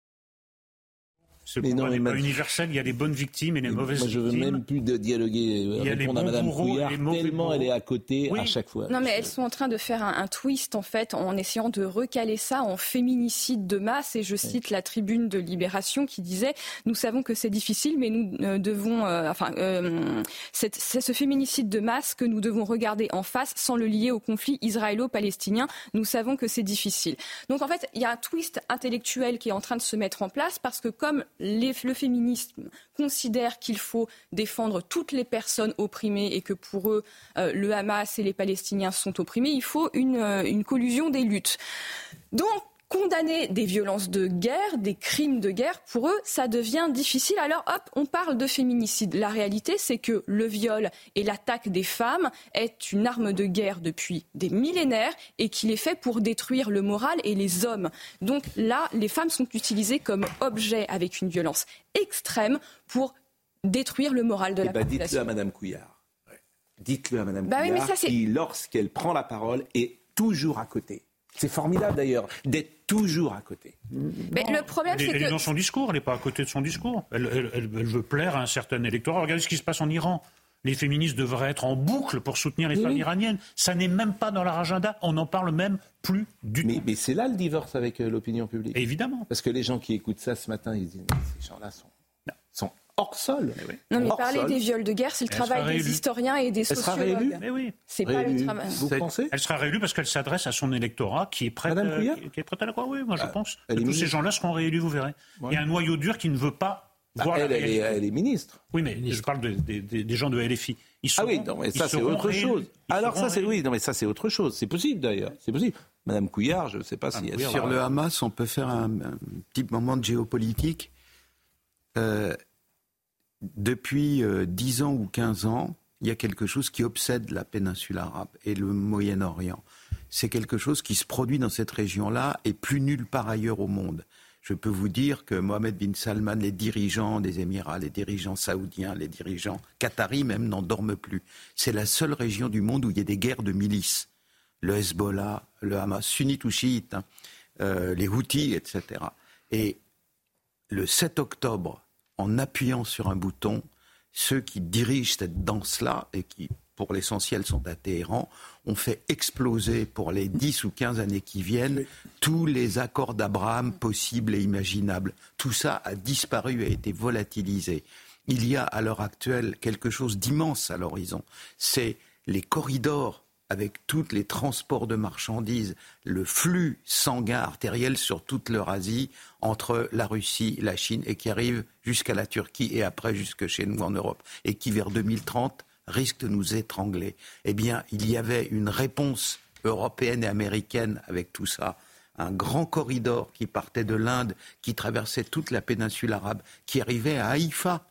Ce combat n'est pas universel, il y a les bonnes victimes et les mauvaises victimes. Moi, je ne veux même plus dialoguer, répondre à Mme Couillard, tellement elle est à côté à chaque fois. Non, mais elles sont en train de faire un twist, en fait, en essayant de recaler ça en féminicide de masse. Et je cite la tribune de Libération qui disait « Nous savons que c'est difficile, mais nous devons... c'est ce féminicide de masse que nous devons regarder en face sans le lier au conflit israélo-palestinien. Nous savons que c'est difficile. » Donc, en fait, il y a un twist intellectuel qui est en train de se mettre en place parce que comme le féminisme considère qu'il faut défendre toutes les personnes opprimées et que pour eux, le Hamas et les Palestiniens sont opprimés, il faut une collusion des luttes. Donc, condamner des violences de guerre, des crimes de guerre, pour eux, ça devient difficile. Alors, hop, on parle de féminicide. La réalité, c'est que le viol et l'attaque des femmes est une arme de guerre depuis des millénaires et qu'il est fait pour détruire le moral et les hommes. Donc là, les femmes sont utilisées comme objet avec une violence extrême pour détruire le moral de la population. Dites-le à Mme Couillard. Dites-le à Mme Couillard, oui, qui, lorsqu'elle prend la parole, est toujours à côté. C'est formidable d'ailleurs d'être toujours à côté. Mais le problème, c'est que... Elle est dans son discours, elle n'est pas à côté de son discours. Elle veut plaire à un certain électorat. Regardez ce qui se passe en Iran. Les féministes devraient être en boucle pour soutenir les femmes iraniennes. Ça n'est même pas dans leur agenda. On n'en parle même plus du tout. Mais c'est là le divorce avec l'opinion publique. Évidemment. Parce que les gens qui écoutent ça ce matin, ils disent ces gens-là sont hors sol. Non, mais parler des viols de guerre, c'est le travail des historiens et des sociologues. Elle sera réélue. Mais oui. C'est pas le travail. Vous pensez ? Elle sera réélue parce qu'elle s'adresse à son électorat qui est prêt à la croire. Oui, moi je pense. Tous ces gens-là seront réélus, vous verrez. Ouais. Il y a un noyau dur qui ne veut pas voir la réalité. Elle est ministre. Oui, mais je parle des gens de LFI. Ça c'est autre chose. Alors ça c'est ça c'est autre chose. C'est possible d'ailleurs. C'est possible. Madame Couillard, je ne sais pas si... Sur le Hamas, on peut faire un petit moment de géopolitique. Depuis 10 ans ou 15 ans, il y a quelque chose qui obsède la péninsule arabe et le Moyen-Orient. C'est quelque chose qui se produit dans cette région-là et plus nulle part ailleurs au monde. Je peux vous dire que Mohammed bin Salman, les dirigeants des Émirats, les dirigeants saoudiens, les dirigeants qataris même n'en dorment plus. C'est la seule région du monde où il y a des guerres de milices. Le Hezbollah, le Hamas, sunnite ou chiite, les Houthis, etc. Et le 7 octobre, en appuyant sur un bouton, ceux qui dirigent cette danse-là, et qui, pour l'essentiel, sont à Téhéran, ont fait exploser pour les 10 ou 15 années qui viennent tous les accords d'Abraham possibles et imaginables. Tout ça a disparu, a été volatilisé. Il y a à l'heure actuelle quelque chose d'immense à l'horizon. C'est les corridors avec tous les transports de marchandises, le flux sanguin artériel sur toute l'Eurasie, entre la Russie, la Chine, et qui arrive jusqu'à la Turquie et après jusque chez nous en Europe, et qui vers 2030 risque de nous étrangler. Eh bien, il y avait une réponse européenne et américaine avec tout ça. Un grand corridor qui partait de l'Inde, qui traversait toute la péninsule arabe, qui arrivait à Haïfa.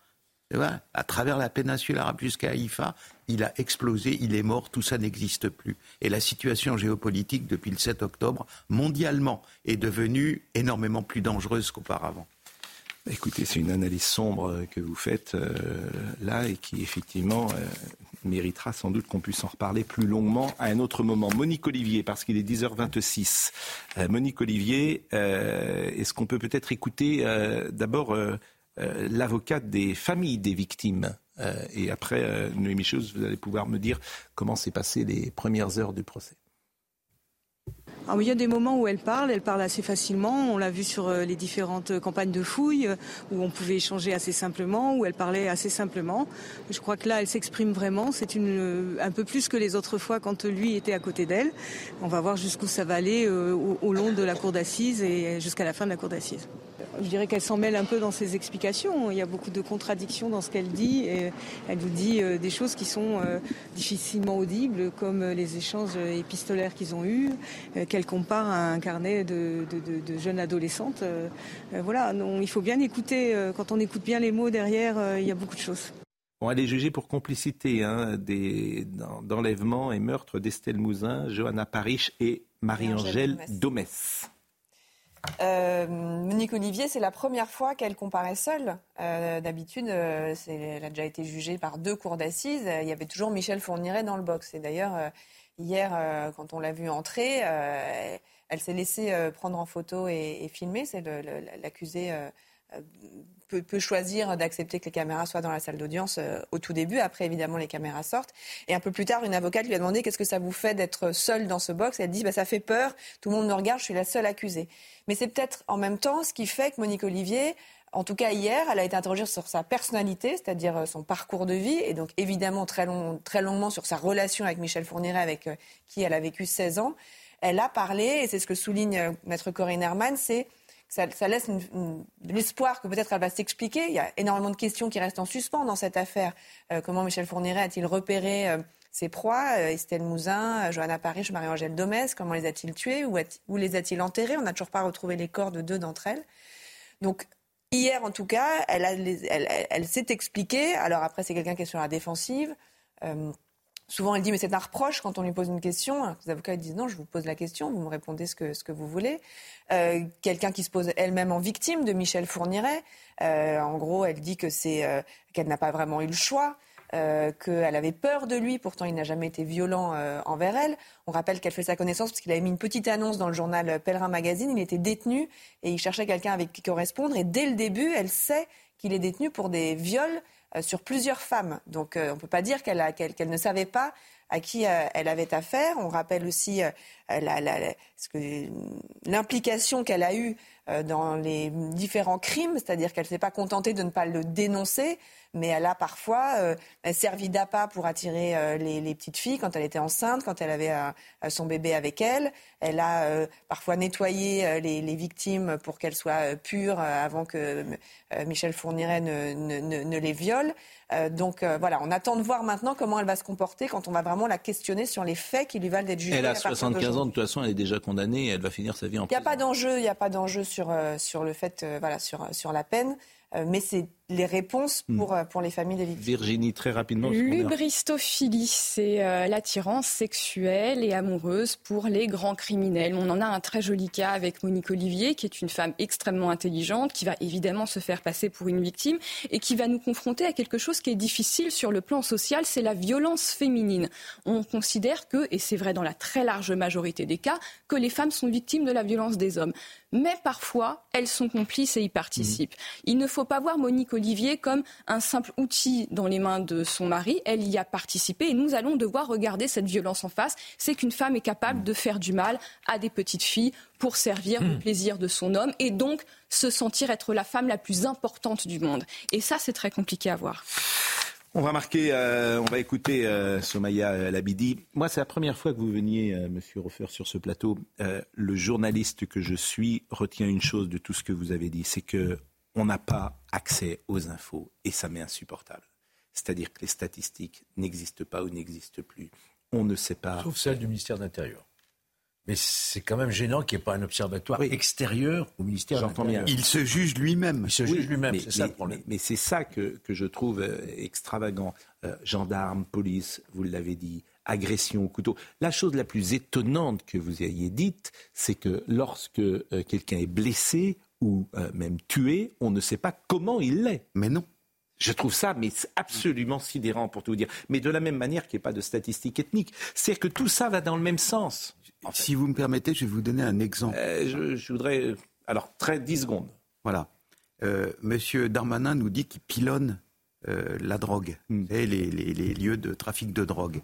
À travers la péninsule arabe jusqu'à Haïfa, il a explosé, il est mort, tout ça n'existe plus. Et la situation géopolitique depuis le 7 octobre, mondialement, est devenue énormément plus dangereuse qu'auparavant. Écoutez, c'est une analyse sombre que vous faites là et qui effectivement méritera sans doute qu'on puisse en reparler plus longuement à un autre moment. Monique Olivier, parce qu'il est 10h26. Monique Olivier, est-ce qu'on peut peut-être écouter d'abord l'avocate des familles des victimes et après, Noémie Schulz, vous allez pouvoir me dire comment s'est passé les premières heures du procès. Alors, il y a des moments où elle parle assez facilement. On l'a vu sur les différentes campagnes de fouilles où on pouvait échanger assez simplement, où elle parlait assez simplement. Je crois que là, elle s'exprime vraiment. C'est un peu plus que les autres fois quand lui était à côté d'elle. On va voir jusqu'où ça va aller au long de la cour d'assises et jusqu'à la fin de la cour d'assises. Je dirais qu'elle s'en mêle un peu dans ses explications. Il y a beaucoup de contradictions dans ce qu'elle dit. Et elle vous dit des choses qui sont difficilement audibles, comme les échanges épistolaires qu'ils ont eus, qu'elle compare à un carnet de jeunes adolescentes. Voilà, non, il faut bien écouter. Quand on écoute bien les mots derrière, il y a beaucoup de choses. Bon, elle est jugée pour complicité d'enlèvement et meurtre d'Estelle Mouzin, Johanna Parish et Marie-Angèle Domès. Monique Olivier, c'est la première fois qu'elle comparaît seule. D'habitude, elle a déjà été jugée par 2 cours d'assises. Il y avait toujours Michel Fourniret dans le box. Et d'ailleurs, hier, quand on l'a vue entrer, elle s'est laissée prendre en photo et filmer. C'est l'accusée peut choisir d'accepter que les caméras soient dans la salle d'audience au tout début. Après, évidemment, les caméras sortent. Et un peu plus tard, une avocate lui a demandé « Qu'est-ce que ça vous fait d'être seule dans ce box ?» Elle dit « Ça fait peur, tout le monde me regarde, je suis la seule accusée. » Mais c'est peut-être en même temps ce qui fait que Monique Olivier, en tout cas hier, elle a été interrogée sur sa personnalité, c'est-à-dire son parcours de vie, et donc évidemment très longuement sur sa relation avec Michel Fourniret, avec qui elle a vécu 16 ans. Elle a parlé, et c'est ce que souligne Maître Corinne Herman, c'est ça laisse l'espoir que peut-être elle va s'expliquer. Il y a énormément de questions qui restent en suspens dans cette affaire. Comment Michel Fourniret a-t-il repéré ses proies, Estelle Mouzin, Johanna Parish, Marie-Angèle Domès? Comment les a-t-il tuées? Où les a-t-il enterrées? On n'a toujours pas retrouvé les corps de 2 d'entre elles. Donc hier, en tout cas, elle s'est expliquée. Alors après, c'est quelqu'un qui est sur la défensive. souvent, elle dit, mais c'est un reproche quand on lui pose une question. Les avocats disent, non, je vous pose la question, vous me répondez ce que vous voulez. Quelqu'un qui se pose elle-même en victime de Michel Fourniret. En gros, elle dit qu'elle n'a pas vraiment eu le choix. Qu'elle avait peur de lui, pourtant il n'a jamais été violent envers elle. On rappelle qu'elle fait sa connaissance parce qu'il avait mis une petite annonce dans le journal Pèlerin Magazine. Il était détenu et il cherchait quelqu'un avec qui correspondre. Et dès le début, elle sait qu'il est détenu pour des viols sur plusieurs femmes. Donc on ne peut pas dire qu'elle ne savait pas à qui elle avait affaire. On rappelle aussi l'implication qu'elle a eue dans les différents crimes, c'est-à-dire qu'elle ne s'est pas contentée de ne pas le dénoncer, mais elle a parfois servi d'appât pour attirer les petites filles quand elle était enceinte, quand elle avait son bébé avec elle. Elle a parfois nettoyé les victimes pour qu'elles soient pures avant que Michel Fourniret ne les viole. Donc voilà, on attend de voir maintenant comment elle va se comporter quand on va vraiment la questionner sur les faits qui lui valent d'être jugée. Elle a 75 ans, de toute façon, elle est déjà condamnée et elle va finir sa vie en prison. Il n'y a pas d'enjeu sur le fait, sur la peine. Mais c'est les réponses pour les familles des victimes. Virginie, très rapidement. L'ubristophilie, c'est l'attirance sexuelle et amoureuse pour les grands criminels. On en a un très joli cas avec Monique Olivier, qui est une femme extrêmement intelligente, qui va évidemment se faire passer pour une victime et qui va nous confronter à quelque chose qui est difficile sur le plan social, c'est la violence féminine. On considère que, et c'est vrai dans la très large majorité des cas, que les femmes sont victimes de la violence des hommes. Mais parfois, elles sont complices et y participent. Il ne faut pas voir Monique Olivier comme un simple outil dans les mains de son mari. Elle y a participé et nous allons devoir regarder cette violence en face. C'est qu'une femme est capable de faire du mal à des petites filles pour servir le plaisir de son homme et donc se sentir être la femme la plus importante du monde. Et ça, c'est très compliqué à voir. On va écouter Somaya Labidi. Moi, c'est la première fois que vous veniez, Monsieur Hofer, sur ce plateau. Le journaliste que je suis retient une chose de tout ce que vous avez dit, c'est que on n'a pas accès aux infos et ça m'est insupportable. C'est-à-dire que les statistiques n'existent pas ou n'existent plus. On ne sait pas. Sauf celle du ministère de l'Intérieur. Mais c'est quand même gênant qu'il n'y ait pas un observatoire extérieur au ministère de l'Intérieur. Il se juge lui-même. Il se juge lui-même, c'est ça le problème. Mais c'est ça que je trouve extravagant. Gendarmes, police, vous l'avez dit, agression au couteau. La chose la plus étonnante que vous ayez dite, c'est que lorsque quelqu'un est blessé ou même tué, on ne sait pas comment il l'est. Mais non. Je trouve ça mais absolument sidérant pour tout vous dire. Mais de la même manière qu'il n'y ait pas de statistiques ethniques. C'est-à-dire que tout ça va dans le même sens. En fait. Si vous me permettez, je vais vous donner un exemple. Je voudrais... Alors, 10 secondes. Voilà. Monsieur Darmanin nous dit qu'il pilonne la drogue, et les lieux de trafic de drogue.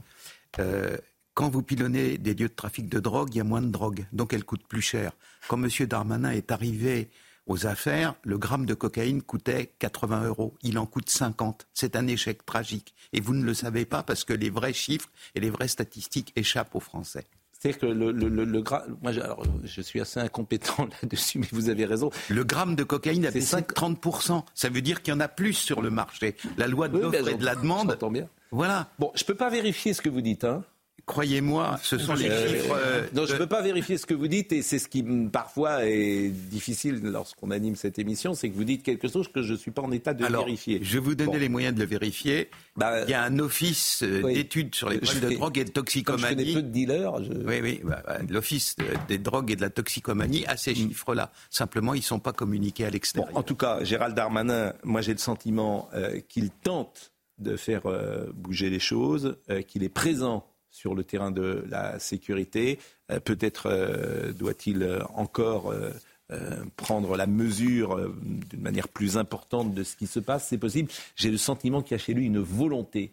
Quand vous pilonnez des lieux de trafic de drogue, il y a moins de drogue, donc elle coûte plus cher. Quand monsieur Darmanin est arrivé aux affaires, le gramme de cocaïne coûtait 80 €. Il en coûte 50. C'est un échec tragique. Et vous ne le savez pas parce que les vrais chiffres et les vraies statistiques échappent aux Français. C'est-à-dire que moi, je suis assez incompétent là-dessus, mais vous avez raison. Le gramme de cocaïne a baissé de 30%. Ça veut dire qu'il y en a plus sur le marché. La loi de l'offre et de la demande. Ça tombe bien. Voilà. Bon, je ne peux pas vérifier ce que vous dites, hein. Croyez-moi, ce sont les chiffres... Non, je ne peux pas vérifier ce que vous dites, et c'est ce qui, parfois, est difficile lorsqu'on anime cette émission, c'est que vous dites quelque chose que je ne suis pas en état de vérifier. Je vais vous donner les moyens de le vérifier. Il y a un office d'études sur les problèmes de drogue et de toxicomanie. Comme je connais peu de dealers... Oui, l'office des drogues et de la toxicomanie a ces chiffres-là. Simplement, ils ne sont pas communiqués à l'extérieur. Bon, en tout cas, Gérald Darmanin, moi j'ai le sentiment qu'il tente de faire bouger les choses, qu'il est présent sur le terrain de la sécurité. Peut-être doit-il encore prendre la mesure d'une manière plus importante de ce qui se passe. C'est possible. J'ai le sentiment qu'il y a chez lui une volonté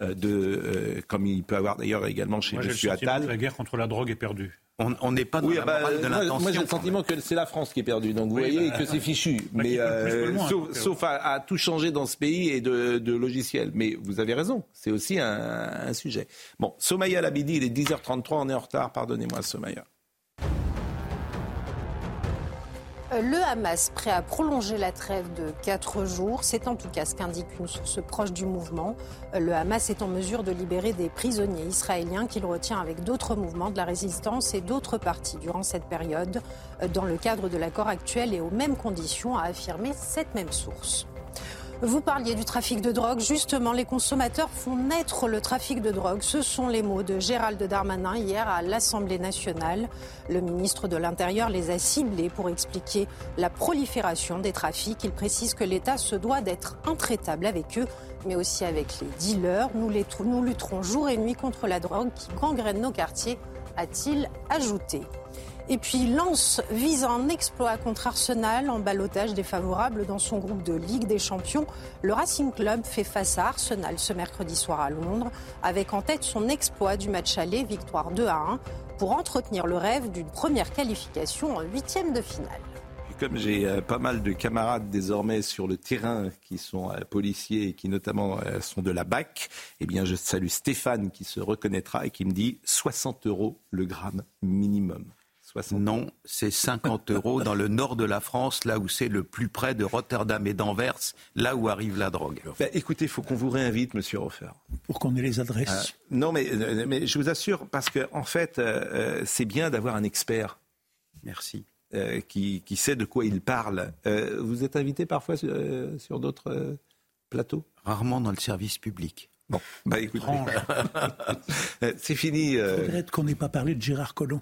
comme il peut avoir d'ailleurs également chez M. Attal. Que la guerre contre la drogue est perdue. On n'est pas dans la morale de l'intention. Moi, j'ai le sentiment que c'est la France qui est perdue. Donc, vous voyez que c'est fichu. Mais sauf à tout changer dans ce pays et de logiciel. Mais vous avez raison. C'est aussi un sujet. Bon, Somaya Labidi, il est 10h33. On est en retard. Pardonnez-moi, Somaya. Le Hamas prêt à prolonger la trêve de 4 jours, c'est en tout cas ce qu'indique une source proche du mouvement. Le Hamas est en mesure de libérer des prisonniers israéliens qu'il retient avec d'autres mouvements de la résistance et d'autres partis durant cette période, dans le cadre de l'accord actuel et aux mêmes conditions, a affirmé cette même source. Vous parliez du trafic de drogue. Justement, les consommateurs font naître le trafic de drogue. Ce sont les mots de Gérald Darmanin hier à l'Assemblée nationale. Le ministre de l'Intérieur les a ciblés pour expliquer la prolifération des trafics. Il précise que l'État se doit d'être intraitable avec eux, mais aussi avec les dealers. Nous lutterons jour et nuit contre la drogue qui gangrène nos quartiers, a-t-il ajouté. Et puis Lens vise un exploit contre Arsenal en ballottage défavorable dans son groupe de Ligue des Champions. Le Racing Club fait face à Arsenal ce mercredi soir à Londres, avec en tête son exploit du match aller, victoire 2-1, pour entretenir le rêve d'une première qualification en 8e de finale. Comme j'ai pas mal de camarades désormais sur le terrain qui sont policiers et qui notamment sont de la BAC, eh bien je salue Stéphane qui se reconnaîtra et qui me dit 60 € le gramme minimum. Non, c'est 50 € dans le nord de la France, là où c'est le plus près de Rotterdam et d'Anvers, là où arrive la drogue. Écoutez, il faut qu'on vous réinvite, Monsieur Hofer. Pour qu'on ait les adresses. Non, mais je vous assure, parce que en fait, c'est bien d'avoir un expert. Merci. Qui sait de quoi il parle. Vous êtes invité parfois sur d'autres plateaux ? Rarement dans le service public. Bon, écoutez, c'est fini. Peut-être qu'on n'ait pas parlé de Gérard Collomb.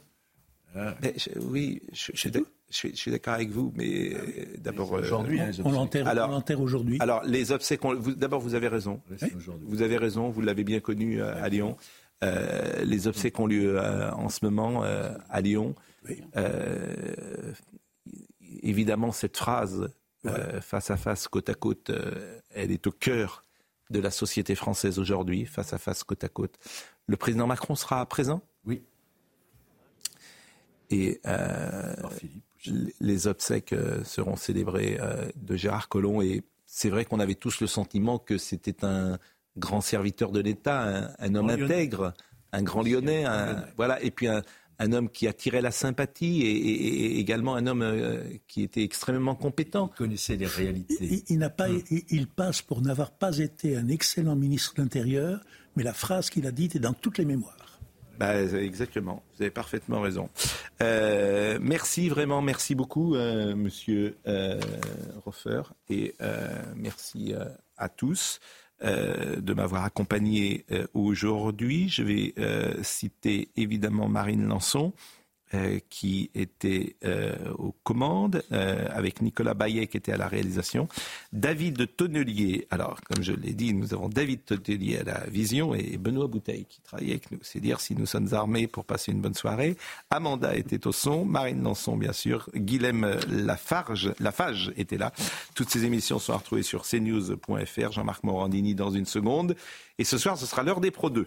Je suis d'accord avec vous, mais d'abord... Aujourd'hui, on l'enterre aujourd'hui. Alors, les obsèques... D'abord, vous avez raison. Vous avez raison, vous l'avez bien connu à Lyon. Les obsèques ont lieu en ce moment à Lyon. Oui. Évidemment, cette phrase, face à face, côte à côte, elle est au cœur de la société française aujourd'hui, face à face, côte à côte. Le président Macron sera présent ? Oui. Et les obsèques seront célébrées de Gérard Collomb. Et c'est vrai qu'on avait tous le sentiment que c'était un grand serviteur de l'État, un homme intègre, un grand Lyonnais, voilà. Et puis un homme qui attirait la sympathie et également un homme qui était extrêmement compétent. Il connaissait les réalités. Il passe pour n'avoir pas été un excellent ministre de l'Intérieur, mais la phrase qu'il a dite est dans toutes les mémoires. Exactement, vous avez parfaitement raison. Merci beaucoup, Monsieur Hofer, et merci à tous de m'avoir accompagné aujourd'hui. Je vais citer évidemment Marine Lançon, qui était aux commandes, avec Nicolas Baillet qui était à la réalisation, David Tonnelier, alors comme je l'ai dit, nous avons David Tonnelier à la vision et Benoît Bouteille qui travaillait avec nous, c'est dire si nous sommes armés pour passer une bonne soirée. Amanda était au son, Marine Lançon bien sûr, Guilhem Lafage était là. Toutes ces émissions sont à retrouver sur cnews.fr, Jean-Marc Morandini dans une seconde, et ce soir ce sera l'heure des Pro 2.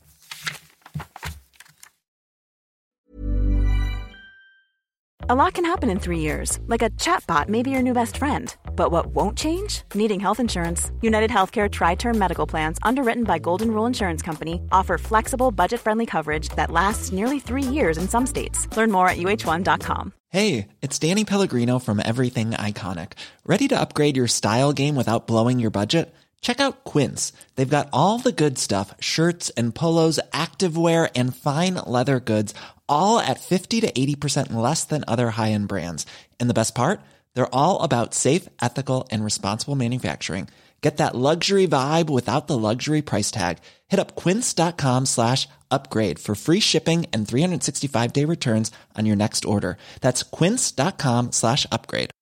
A lot can happen in 3 years, like a chatbot may be your new best friend. But what won't change? Needing health insurance. United Healthcare Tri-Term Medical Plans, underwritten by Golden Rule Insurance Company, offer flexible, budget-friendly coverage that lasts nearly 3 years in some states. Learn more at uh1.com. Hey, it's Danny Pellegrino from Everything Iconic. Ready to upgrade your style game without blowing your budget? Check out Quince. They've got all the good stuff, shirts and polos, activewear, and fine leather goods, all at 50 to 80% less than other high-end brands. And the best part? They're all about safe, ethical, and responsible manufacturing. Get that luxury vibe without the luxury price tag. Hit up quince.com/upgrade for free shipping and 365-day returns on your next order. That's quince.com/upgrade.